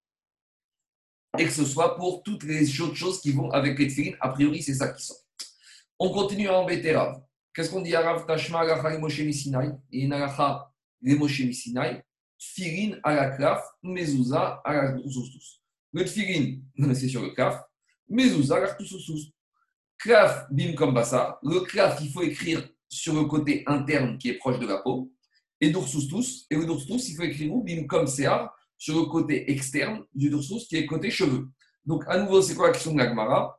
et que ce soit pour toutes les autres choses qui vont avec les tfilin. A priori, c'est ça qui sort. On continue à embêter Rav. Qu'est-ce qu'on dit à Rav Tashma alacha les Moshe Misinaï et une alacha les Moshe Misinaï, tfilin à la klaf, mezouza à la dorsoustus. Le tfilin, c'est sur le klaf, mezouza à la dorsoustus. Klaf bim comme bassa. Le klaf, il faut écrire sur le côté interne qui est proche de la peau. Et dorsoustus, et le dorsoustus, il faut écrire où bim comme sear sur le côté externe du dorsoustus qui est côté cheveux. Donc, à nouveau, c'est quoi la question de la Gemara?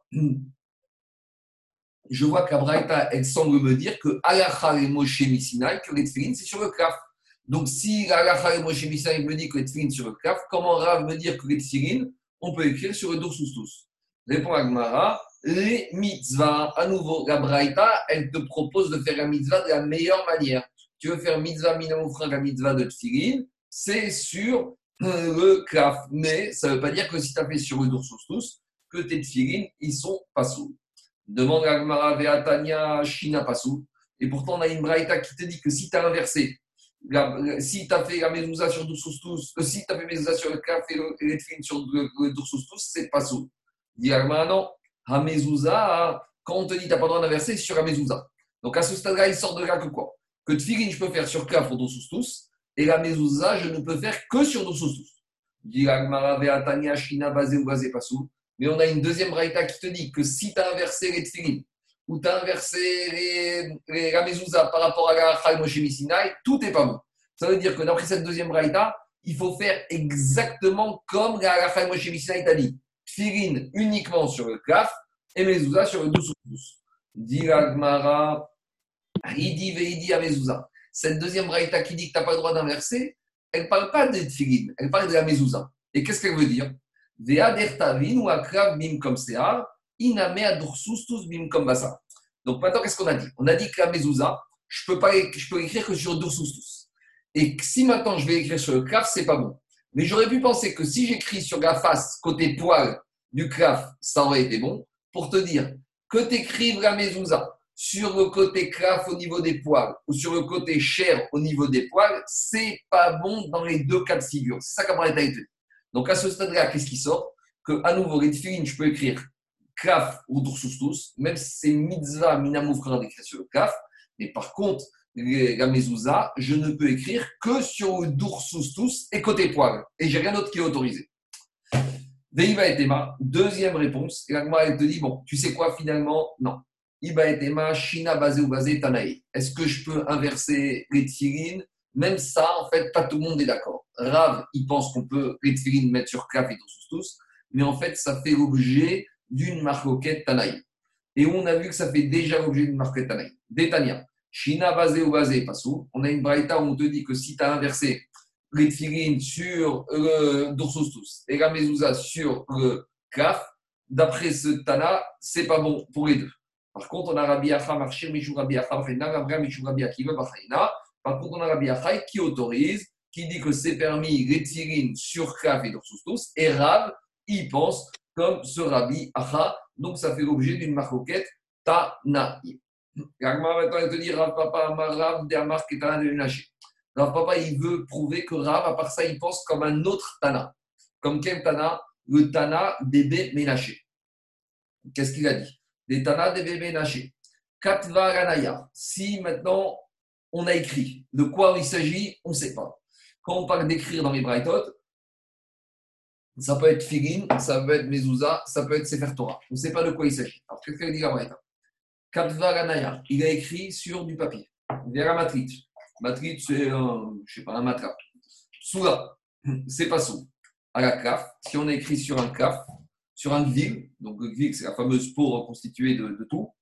Je vois qu'Abraïta, elle semble me dire que alacha les Moshe Misinaï, que les tfilin, c'est sur le klaf. Donc, si alacha les Moshe Misinaï me dit que les tfilin sur le klaf, comment Rav me dire que les tfilin, on peut écrire sur le dorsoustus? Répond Agmara, les mitzvahs, à nouveau, la Braïta, elle te propose de faire la mitzvah de la meilleure manière. Tu veux faire mitzvah minamoufra, la mitzvah de tfilin, c'est sur le klaf. Mais ça ne veut pas dire que si tu as fait sur le dorsoustus, que tes tfilin, ils sont pas sous. Demande à Agmara Veatania Shina Pasou. Et pourtant, on a une braïta qui te dit que si tu as inversé, la, si tu as fait la mezouza sur le dorsoustus, euh, si tu as fait mezouza sur le klaf et le, les tfilin sur le, le dorsoustus, c'est pasou. Dit Agmara non. Ha mezouza, quand on te dit que tu n'as pas le droit d'inverser, c'est sur la mezouza. Donc à ce stade-là, il sort de là que quoi? Que tfilin, je peux faire sur klaf ou dorsoustus, et la mezouza, je ne peux faire que sur dorsoustus. Dit Agmara Veatania Shina Bazé ou Bazé Pasou. Mais on a une deuxième braïta qui te dit que si tu as inversé les tfilin ou tu as inversé les, les, la mezouza par rapport à la Chal Moshe Misinaï, tout n'est pas bon. Ça veut dire que d'après cette deuxième braïta, il faut faire exactement comme la Chal Moshe Misinaï t'a dit. Tfilin uniquement sur le klaf et mezouza sur le dorsoustus. Dit la Gemara, Idi veidi a mezouza. Cette deuxième braïta qui dit que tu n'as pas le droit d'inverser, elle ne parle pas de tfilin, elle parle de la mezouza. Et qu'est-ce qu'elle veut dire? Veadertavin ou akrav bim comme sear, iname adorsustus bim comme bassa. Donc maintenant, qu'est-ce qu'on a dit? On a dit que la mezouza, je peux pas, je peux écrire que sur dorsustus. Et si maintenant je vais écrire sur le klaf, c'est pas bon. Mais j'aurais pu penser que si j'écris sur la face côté poil du klaf, ça aurait été bon. Pour te dire que tu écrives la mezouza sur le côté klaf au niveau des poils ou sur le côté chair au niveau des poils, c'est pas bon dans les deux cas de figure. C'est ça qu'après t'as été. Donc à ce stade-là, qu'est-ce qui sort? Que à nouveau, les tfilin, je peux écrire klaf ou dorsoustus, même si c'est mitzvah minamoufra d'écrire sur le klaf. Mais par contre, les, la mezouza, je ne peux écrire que sur le dorsoustus et côté poil. Et j'ai rien d'autre qui est autorisé. Veiva et Tema, deuxième réponse. Et la elle te dit, bon, tu sais quoi finalement? Non. Iba et Tema, Shina basé ou basé Tanaï. Est-ce que je peux inverser les tfilin? Même ça, en fait, pas tout le monde est d'accord. Rav, il pense qu'on peut les tfilin mettre sur klaf et dorsoustus, mais en fait, ça fait l'objet d'une marcoquette Tanaï. Et on a vu que ça fait déjà l'objet d'une marcoquette Tanaï. Détania, Shina basé ou basé, passou. On a une braïta où on te dit que si tu as inversé les tfilines sur le dorsostus et la mezouza sur le kaf, d'après ce Tana, c'est pas bon pour les deux. Par contre, on a Rabbi Acha marché, Mishou Rabbi Acha, Rabbi Mishou Rabbi Akiva, Bachaïna. Par contre, on a Rabbi Acha qui autorise, qui dit que c'est permis les tfilines sur kaf et dorsostus, et Rav, il pense comme ce Rabbi Acha. Donc, ça fait l'objet d'une marcoquette Tanaï. Maintenant, il te dit Rav Papa, Rav, Dermar, Ketana de Ménaché. Rav Papa, il veut prouver que Rav, à part ça, il pense comme un autre Tana. Comme quel Tana? Le Tana d'Ebe Ménaché. Qu'est-ce qu'il a dit? Des Tana d'Ebe Ménaché. Katva Ranaya. Si maintenant, on a écrit de quoi il s'agit, on ne sait pas. Quand on parle d'écrire dans les Braithot, ça peut être Filin, ça peut être Mezouza, ça peut être Sefer Torah. On ne sait pas de quoi il s'agit. Alors, qu'est-ce qu'il dit la Braïta? Katva Ranaya. Il a écrit sur du papier. Vers la matrit. Matrit, c'est un, je sais pas, un matraque. Soula, c'est pas sous. À la caf, si on a écrit sur un caf, sur un gvil, donc le gvil, c'est la fameuse peau reconstituée de, de tout,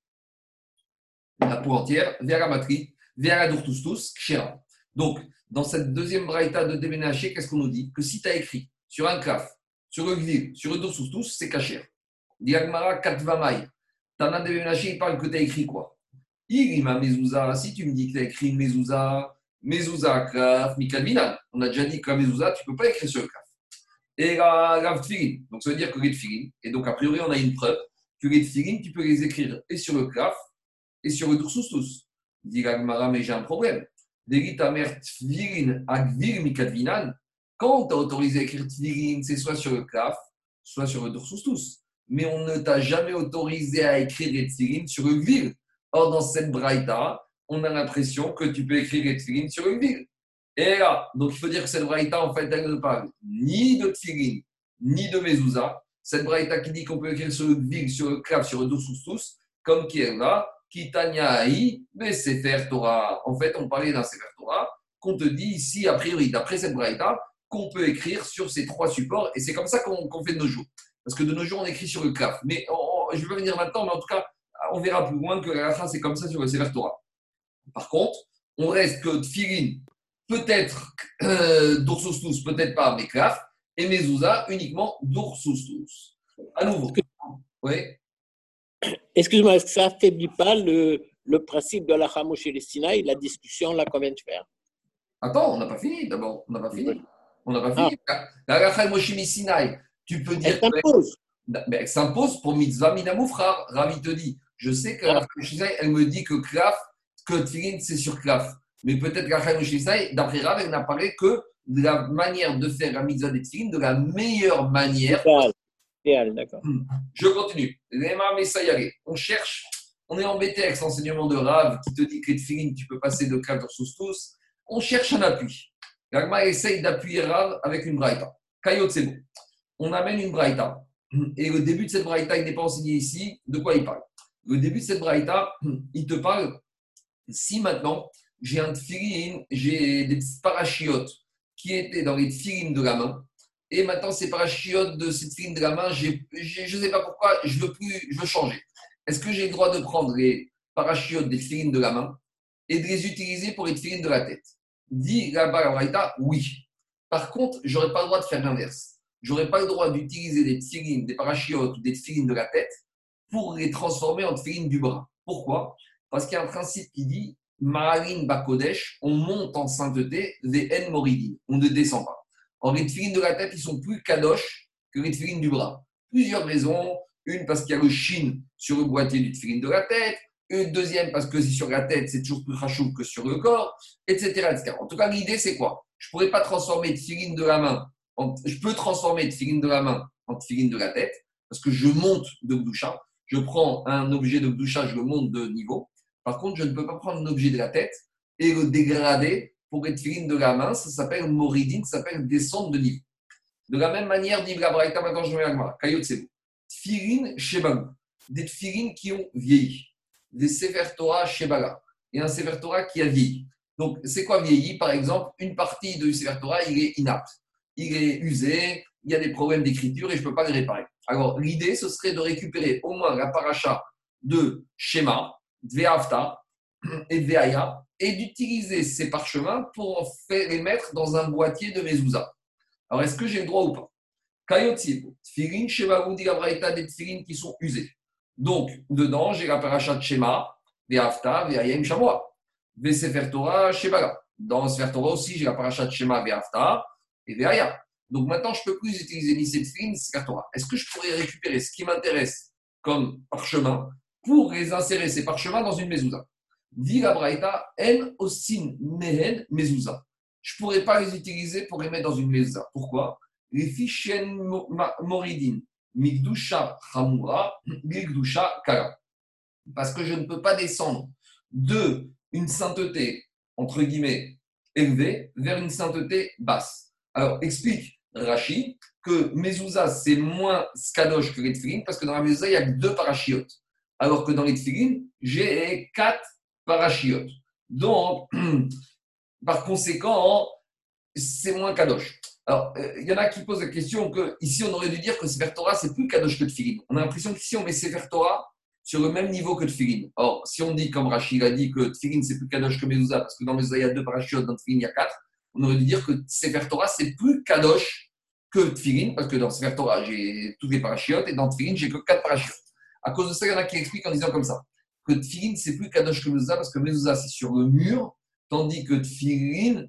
la peau entière, vers la matrit, vers la dourtoustus, kshera. Donc, dans cette deuxième braïta de déménager, qu'est-ce qu'on nous dit? Que si tu as écrit sur un caf, sur le gvil, sur le dourtoustus, c'est kacher. Diagmara katvamai. Tana déménager, il parle que tu as écrit quoi? Il m'a mezouza. Si tu me dis que tu as écrit mezouza, mezouza, kraf, mikadvinan. On a déjà dit que la mezouza, tu ne peux pas écrire sur le kraf. Et la, la tfilin. Donc ça veut dire que les tfilin. Et donc a priori, on a une preuve que les tfilin, tu peux les écrire et sur le kraf et sur le doursoustus. Dit la Gemara, mais j'ai un problème. Dégit ta mère tfilin agvir mikadvinan. Quand tu as autorisé à écrire tfilin, c'est soit sur le kraf, soit sur le doursoustus. Mais on ne t'a jamais autorisé à écrire les tfilin sur le gvir. Or, dans cette braïta, on a l'impression que tu peux écrire les tfilin sur une ville. Et là, donc il faut dire que cette braïta, en fait, elle ne parle ni de tfilin, ni de mezouza. Cette braïta qui dit qu'on peut écrire sur le ville, sur le clav, sur le doursoustus, comme qui est là, qui tanyaï, mais Sefer Torah. En fait, on parlait d'un Sefer Torah qu'on te dit ici, a priori, d'après cette braïta, qu'on peut écrire sur ces trois supports. Et c'est comme ça qu'on, qu'on fait de nos jours. Parce que de nos jours, on écrit sur le clav. Mais on, je ne vais pas venir maintenant, mais en tout cas, on verra plus loin que la halakha, c'est comme ça sur le Sefer Torah. Par contre, on reste que tfilin, peut-être euh, doursoustus, peut-être pas, mais klaf, et mezouza, uniquement doursoustus. À nouveau. Oui. Excuse-moi, est-ce que ça n'affaiblit pas le, le principe de la Moshe le Sinaï, la discussion là qu'on vient de faire? Attends, on n'a pas fini d'abord. On n'a pas fini. On n'a pas fini. Ah. La halakha Moshe le Sinaï, tu peux dire. Elle s'impose. Mais elle s'impose pour mitzvah minamoufrar. Ravi te dit. Je sais que la Moshe elle me dit que klaf, que tfilin, c'est sur klaf. Mais peut-être que la Moshe d'après Rav, elle n'a parlé que de la manière de faire la mitzvah des tfilin, de la meilleure manière. Idéal, d'accord. Je continue. On cherche, on est embêté avec cet enseignement de Rav qui te dit que les tfilin, tu peux passer de klaf sur tous. On cherche un appui. L'agma essaye d'appuyer Rav avec une braïta. Kayot, c'est bon. On amène une braïta. Et le début de cette braïta, il n'est pas enseigné ici. De quoi il parle? Le début de cette braïta, il te parle, si maintenant, j'ai un tfilin, j'ai des petites parachiotes qui étaient dans les tfilin de la main, et maintenant, ces parachiotes de ces tfilin de la main, j'ai, j'ai, je ne sais pas pourquoi, je veux plus, je veux changer. Est-ce que j'ai le droit de prendre les parachiotes des tfilin de la main et de les utiliser pour les tfilin de la tête? Dit là-bas la braïta, oui. Par contre, je n'aurais pas le droit de faire l'inverse. Je n'aurais pas le droit d'utiliser des tfilin, des parachiotes ou des tfilin de la tête pour les transformer en tfilin du bras. Pourquoi? Parce qu'il y a un principe qui dit Ma'alin Bakodesh, on monte en sainteté, des en moridin, on ne descend pas. Or, les tfilin de la tête, ils sont plus kadosh que les tfilin du bras. Plusieurs raisons. Une, parce qu'il y a le shin sur le boîtier du tfilin de la tête. Une deuxième, parce que c'est sur la tête, c'est toujours plus rachou que sur le corps, et cetera, et cetera. En tout cas, l'idée, c'est quoi? Je ne pourrais pas transformer tfilin de la main. En, je peux transformer tfilin de la main en tfilin de la tête, parce que je monte de Gdusha. Je prends un objet de Gdusha, je le monte de niveau. Par contre, je ne peux pas prendre un objet de la tête et le dégrader pour les tfilin de la main. Ça s'appelle moridin, ça s'appelle descendre de niveau. De la même manière, dit la braïta, maintenant je vais à la Kayot Sebou. Tfilin Shebam, des tfilin qui ont vieilli. Des Sefer Torah Shebala. Et un Sefer Torah qui a vieilli. Donc, c'est quoi vieilli? Par exemple, une partie de Sefer Torah, il est inapte. Il est usé, il y a des problèmes d'écriture et je ne peux pas le réparer. Alors, l'idée, ce serait de récupérer au moins la paracha de Shema, Dvehavta et Dveaya, et d'utiliser ces parchemins pour faire, les mettre dans un boîtier de mezouza. Alors, est-ce que j'ai le droit ou pas? Kayotzib, Tfilin, Shema, Goudi, la Braïta, des Tfilin qui sont usés. Donc, dedans, j'ai la paracha de Shema, Dvehavta, Dveaya, Shamoa. Ve Sefer Torah, Shebala. Dans Sefer Torah aussi, j'ai la paracha de Shema, Dvehavta et Dveaya. Donc maintenant, je ne peux plus utiliser ni ces Tfilin, ni Sefer Torah. Est-ce que je pourrais récupérer ce qui m'intéresse comme parchemin pour les insérer, ces parchemins, dans une mezouza? Dit la Braïta, en osin mehen mezouza. Je ne pourrais pas les utiliser pour les mettre dans une mezouza. Pourquoi? Les fichiers moridin, migdusha chamura, migdusha kala. Parce que je ne peux pas descendre de une sainteté, entre guillemets, élevée, vers une sainteté basse. Alors, explique Rashi que mezouza, c'est moins skadosh que les tfilin, parce que dans la mezouza, il n'y a que deux parachiotes. Alors que dans les tfilin, j'ai quatre parachiotes. Donc, par conséquent, c'est moins kadosh. Alors, il euh, y en a qui posent la question que ici on aurait dû dire que Sefer Torah, c'est plus kadosh que tfilin. On a l'impression qu'ici, on met Sefer Torah sur le même niveau que tfilin. Or, si on dit, comme Rachid a dit, que tfilin, c'est plus kadosh que mezouza, parce que dans mezouza, il y a deux parachiotes, dans tfilin, il y a quatre, on aurait dû dire que Sefer Torah, c'est plus kadosh que tfilin, parce que dans Sefer Torah, j'ai tous les parachiotes, et dans tfilin, j'ai que quatre parachiotes. À cause de ça, il y en a qui expliquent en disant comme ça, que tfilin, c'est plus kadosh que mezouza, parce que mezouza, c'est sur le mur, tandis que tfilin,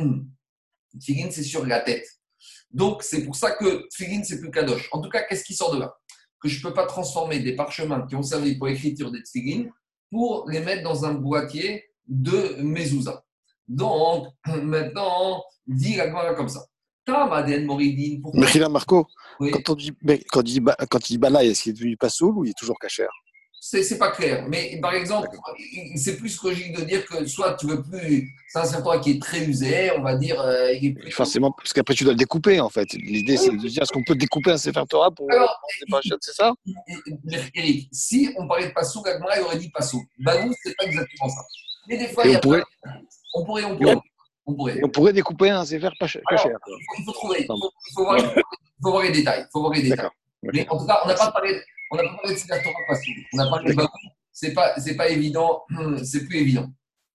tfilin, c'est sur la tête. Donc, c'est pour ça que tfilin, c'est plus kadosh. En tout cas, qu'est-ce qui sort de là? Que je ne peux pas transformer des parchemins qui ont servi pour l'écriture des tfilin pour les mettre dans un boîtier de mezouza. Donc, maintenant, dit la Gemara comme ça. Tamaden Moridin, pourquoi? Mechila Marco, Oui. quand on dit, quand il dit, quand il dit Bala, est-ce qu'il est devenu Passoul ou il est toujours Kacher? C'est, c'est pas clair. Mais par exemple, D'accord. c'est plus logique de dire que soit tu veux plus. C'est un serpent qui est très usé, on va dire. Euh, il est plus... Forcément, parce qu'après tu dois le découper en fait. L'idée, c'est de dire est-ce qu'on peut découper un Sefer Torah pour Alors, des parachutes, c'est ça? Eric, si on parlait de Passou, Gagmara, il aurait dit Passou. Bagou, c'est pas exactement ça. Mais des fois, Et il y on a pourrait, pas... on pourrait, on pourrait. On pourrait. on pourrait découper un Sefer pas cher. Alors, il, faut, il faut trouver, il faut, il faut, voir, il faut voir les détails. Il faut voir les détails. Mais en tout cas, on n'a pas parlé, on n'a pas parlé de Sefer Torah Passou. On a parlé de Bagou. C'est pas, c'est pas évident, c'est plus évident.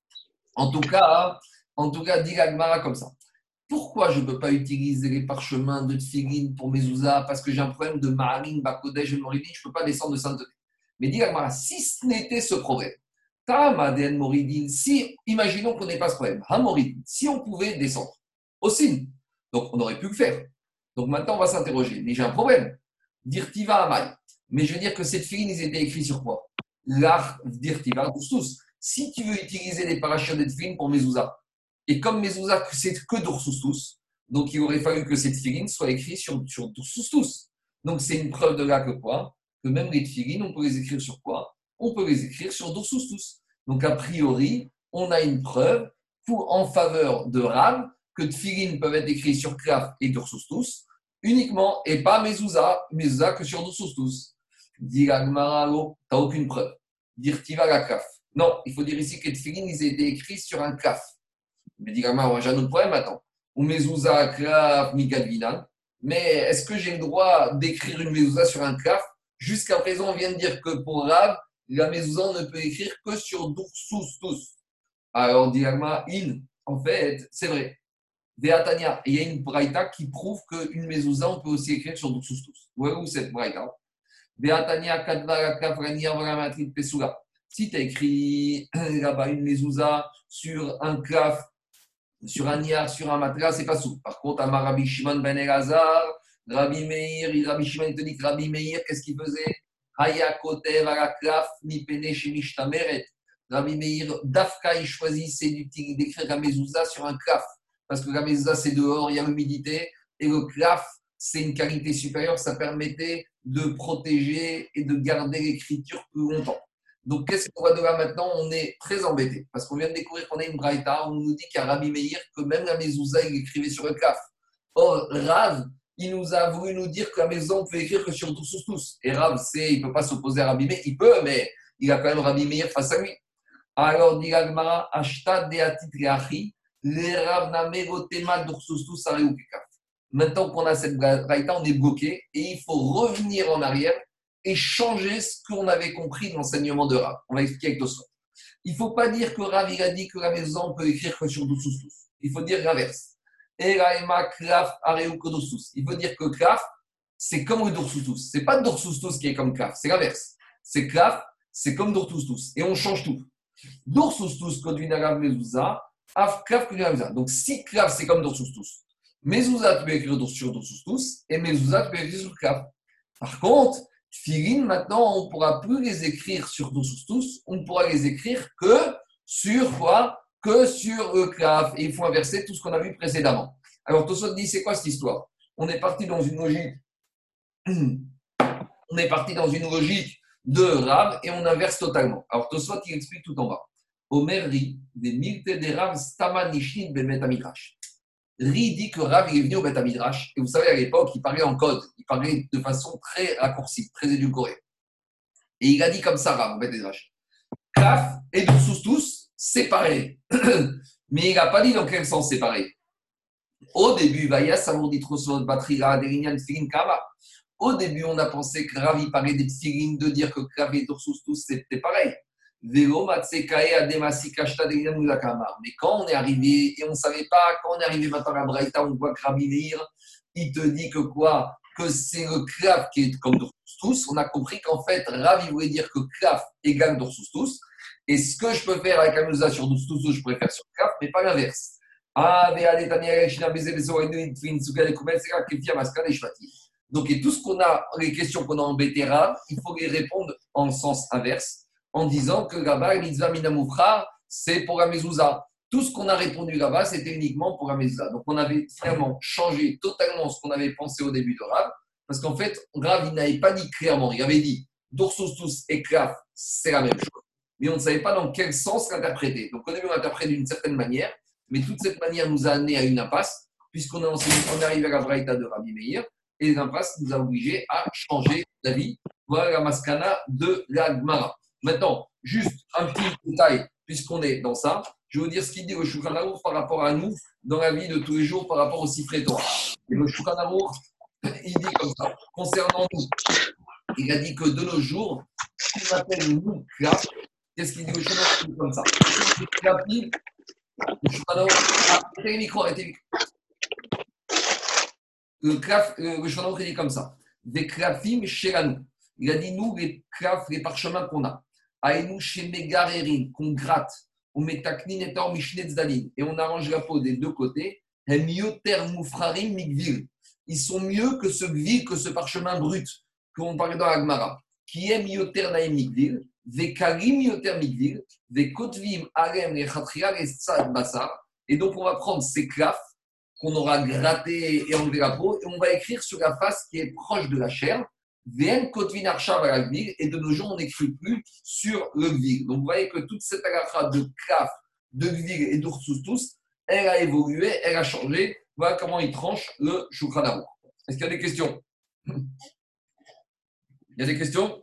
En tout cas, en tout cas, dit la Gemara comme ça. Pourquoi je ne peux pas utiliser les parchemins de tfilin pour mezouza? Parce que j'ai un problème de Maharin, Bakodesh et Moridin, je ne peux pas descendre de sainteté. Mais dit la Gemara, si ce n'était ce problème, Tamaden Moridin, si, imaginons qu'on n'ait pas ce problème, Hamoridin, si on pouvait descendre au signe, donc on aurait pu le faire. Donc maintenant, on va s'interroger. Mais j'ai un problème. Dire Tiva Amai. Mais je veux dire que ces tfilin, ils étaient écrits sur quoi? L'art d'Irtiva tous. Si tu veux utiliser les parachutes de tfilin pour mezouza, et comme mezouza, c'est que d'Ursustus, donc il aurait fallu que ces tfilin soient écrits sur, sur d'Ursustus. Donc c'est une preuve de là que quoi? Que même les tfilin, on peut les écrire sur quoi? On peut les écrire sur d'Ursustus. Donc a priori, on a une preuve pour, en faveur de Rav que tfilin peuvent être écrits sur Klaf et d'Ursustus uniquement, et pas mezouza, mezouza que sur d'Ursustus. Dit la Gemara, tu n'as aucune preuve. Dire Tiva la Klaf. Non, il faut dire ici que les tfilin, ils étaient écrits sur un Klaf. Mais dit la Gemara, j'ai un autre problème maintenant. Ou mezouza, Klaf, Migadvinan. Mais est-ce que j'ai le droit d'écrire une mezouza sur un Klaf? Jusqu'à présent, on vient de dire que pour Rav, la mezouza, on ne peut écrire que sur Dursus tous. Alors, dit la Gemara, in, en fait, c'est vrai. Veatania, il y a une braïta qui prouve qu'une mezouza, on peut aussi écrire sur Dursus tous. Où est où cette braïta? Si tu as écrit là-bas une mezouza sur un klaf, sur un niar, sur un matelas, c'est pas sous. Par contre, Amar Rabbi Shimon ben Elazar, Rabbi Meir, Rabbi Shimon te dit que Rabbi Meir, qu'est-ce qu'il faisait? Haya kotev ala klaf mi pene shemishtameret. Rabbi Meir, Dafka, il choisissait d'écrire la mezouza sur un klaf. Parce que la mezouza, c'est dehors, il y a l'humidité. Et le klaf, c'est une qualité supérieure, ça permettait de protéger et de garder l'écriture plus longtemps. Donc, qu'est-ce qu'on voit de là maintenant? On est très embêté parce qu'on vient de découvrir qu'on a une braïta, on nous dit qu'il y a Rabbi Meir, que même la mezouza, il écrivait sur le klaf. Or, Rav, il nous a voulu nous dire que la mezouza, on peut écrire que sur tous, tous. Et Rav, c'est, il ne peut pas s'opposer à Rabbi Meir, il peut, mais il a quand même Rabbi Meir face à lui. Alors, dit l'Agmara, Ashta de atit leachi, le Rav namegotema d'ursus tous areukikaf. Maintenant qu'on a cette braïta, on est bloqué et il faut revenir en arrière et changer ce qu'on avait compris de l'enseignement de Rav. On va expliquer avec Tosfot. Il ne faut pas dire que Rav il a dit que la maison peut écrire que sur douze sous tous. Il faut dire l'inverse. Eraema klaf areu kodosous. Il faut dire que klaf, c'est comme le doursoustous. Ce n'est pas doursoustous qui est comme klaf, c'est l'inverse. C'est klaf, c'est comme doursoustous. Et on change tout. Doursoustous kodvina rav mezouza, af klaf kodvina mezouza. Donc si klaf, c'est comme doursoustous, mezouza, tu peux écrire sur doursoustous, et mezouza, tu peux écrire sur klaf. Par contre, Tfilin, maintenant, on ne pourra plus les écrire sur doursoustous, on ne pourra les écrire que sur quoi? Que sur le klaf. Et il faut inverser tout ce qu'on a vu précédemment. Alors, Tosfot dit, c'est quoi cette histoire? On est parti dans une logique, on est parti dans une logique de Rav et on inverse totalement. Alors, Tosfot, il explique tout en bas. Omer ri, des milte des Rav, stama nishin ben metamidrash. Ri dit que Rav il est venu au Beth Midrash. Et vous savez, à l'époque, il parlait en code. Il parlait de façon très raccourcie, très édulcorée. Et il a dit comme ça, Rav, au Beth Midrash. Klaf et doursoustous, c'est pareil. Mais il n'a pas dit dans quel sens c'est pareil. Au début, au début, on a pensé que Rav il parlait des tfilin, de dire que Klaf et doursoustous, c'était pareil. Mais quand on est arrivé, et on ne savait pas, quand on est arrivé maintenant à la Braïta, on voit que Rabbi Meir, il te dit que quoi? Que c'est le klaf qui est comme doursoustous. On a compris qu'en fait, Rav, il voulait dire que klaf égale doursoustous. Et ce que je peux faire avec la mezouza sur doursoustous, je pourrais faire sur klaf, mais pas l'inverse. Donc, et tout ce qu'on a, les questions qu'on a embêtées Rav, il faut les répondre en sens inverse, en disant que là-bas, mitzvah minamoufra, c'est pour la mezouza. Tout ce qu'on a répondu là-bas, c'était uniquement pour la mezouza. Donc, on avait vraiment changé totalement ce qu'on avait pensé au début de Rav, parce qu'en fait, Rav, il n'avait pas dit clairement, il avait dit doursoustous et klaf, c'est la même chose, mais on ne savait pas dans quel sens l'interpréter. Donc, au début, on l'interprète d'une certaine manière, mais toute cette manière nous a amené à une impasse, puisqu'on est, enseigné, on est arrivé à la Braïta de Rabbi Meir, et l'impasse nous a obligés à changer d'avis. Voilà la maskana de la Gemara. Maintenant, juste un petit détail, puisqu'on est dans ça, je vais vous dire ce qu'il dit le Shulchan Aruch par rapport à nous, dans la vie de tous les jours, par rapport au Sifrei Torah. Et le Shulchan Aruch, il dit comme ça, concernant nous, il a dit que de nos jours, ce qu'on appelle nous, klaf, qu'est-ce qu'il dit le Shulchan Aruch comme ça? Le Shulchan Aruch, arrêtez les micros, arrêtez les micros. Le klaf, le Shulchan Aruch, il dit comme ça, des klafim shelanou. Il a dit, nous, les klaf, les parchemins qu'on a, aïnou chez Megarerin, qu'on gratte, on met taknin et tor mishnet zdalin, et on arrange la peau des deux côtés, yoter moufrarim migvil. Ils sont mieux que ce gvil, que ce parchemin brut, qu'on parlait dans la Gemara, qui est yoter naim migvil, ve karim yoter migvil, ve kotvim arem le chatria le tzad basar. Et donc, on va prendre ces klaf qu'on aura gratté et enlevé la peau, et on va écrire sur la face qui est proche de la chair, et de nos jours, on n'écrit plus sur le gvil. Donc, vous voyez que toute cette agacha de klaf, de gvil et d'oursoustous, elle a évolué, elle a changé. Voilà comment il tranche le Shulchan Aruch. Est-ce qu'il y a des questions? Il y a des questions?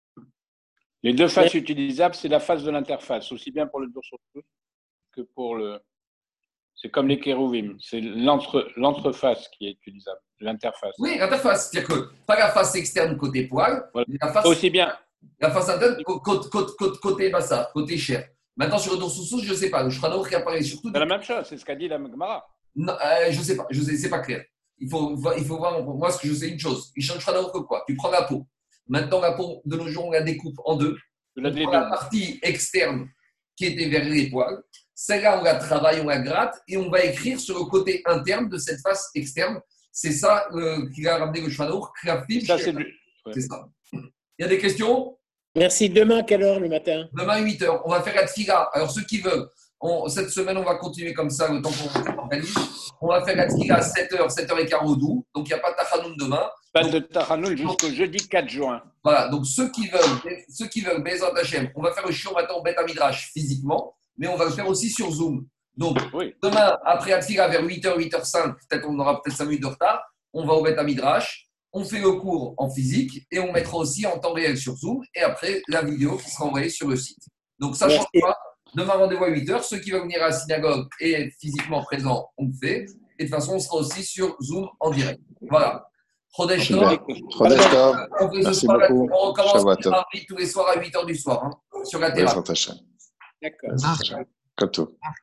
Les deux faces utilisables, c'est la face de l'interface, aussi bien pour le doursoustous que pour le... C'est comme les kérouvim, c'est l'entre, l'entreface qui est utilisable, l'interface. Oui, l'interface, c'est-à-dire que pas la face externe côté poil, voilà. la face, aussi bien. La face interne côté, côté, côté bassa, côté chair. Maintenant, sur le doursoustous, je ne sais pas. Le Shulchan Aruch qui apparaît surtout. C'est la même chose, c'est ce qu'a dit la Gemara. Non, euh, je ne sais pas, je sais, c'est pas clair. Il faut, il faut voir, moi, ce que je sais, une chose. Il change Shulchan Aruch que quoi? Tu prends la peau. Maintenant, la peau, de nos jours, on la découpe en deux. La, on prend la partie externe qui était vers les poils. Celle-là, on la travaille, on la gratte et on va écrire sur le côté interne de cette face externe. C'est ça euh, qu'il a ramené le Shulchan Aruch. Ça, c'est, du... ouais. C'est ça. Il y a des questions? Merci. Demain, à quelle heure le matin? Demain, huit heures. On va faire la tfila. Alors, ceux qui veulent, on, cette semaine, on va continuer comme ça, le temps qu'on organise. On va faire la tfila à sept heures, sept heures quinze au doux. Donc, il n'y a pas de tachanoun demain. Pas de tachanoun jusqu'au jeudi quatre juin. Voilà. Donc, ceux qui veulent, ceux qui veulent, Bezrat Hashem, on va faire le shiur maintenant au Beth Midrash physiquement, mais on va le faire aussi sur Zoom. Donc, oui. Demain, après la tfila, vers huit heures, huit heures cinq, peut-être on aura peut-être cinq minutes de retard, on va au Beth Midrash. On fait le cours en physique et on mettra aussi en temps réel sur Zoom et après la vidéo qui sera envoyée sur le site. Donc ça ne change pas. Demain, rendez-vous à huit heures. Ceux qui veulent venir à la synagogue et être physiquement présents, on le fait. Et de toute façon, on sera aussi sur Zoom en direct. Voilà. Chodesh Tov. Super. Chodesh Tov. On fait ce Merci soir, beaucoup. on recommence Shabbat Tov. tous les soirs à huit heures du soir hein, sur la Oui, terrasse. Fantastique. D'accord. Comme tout.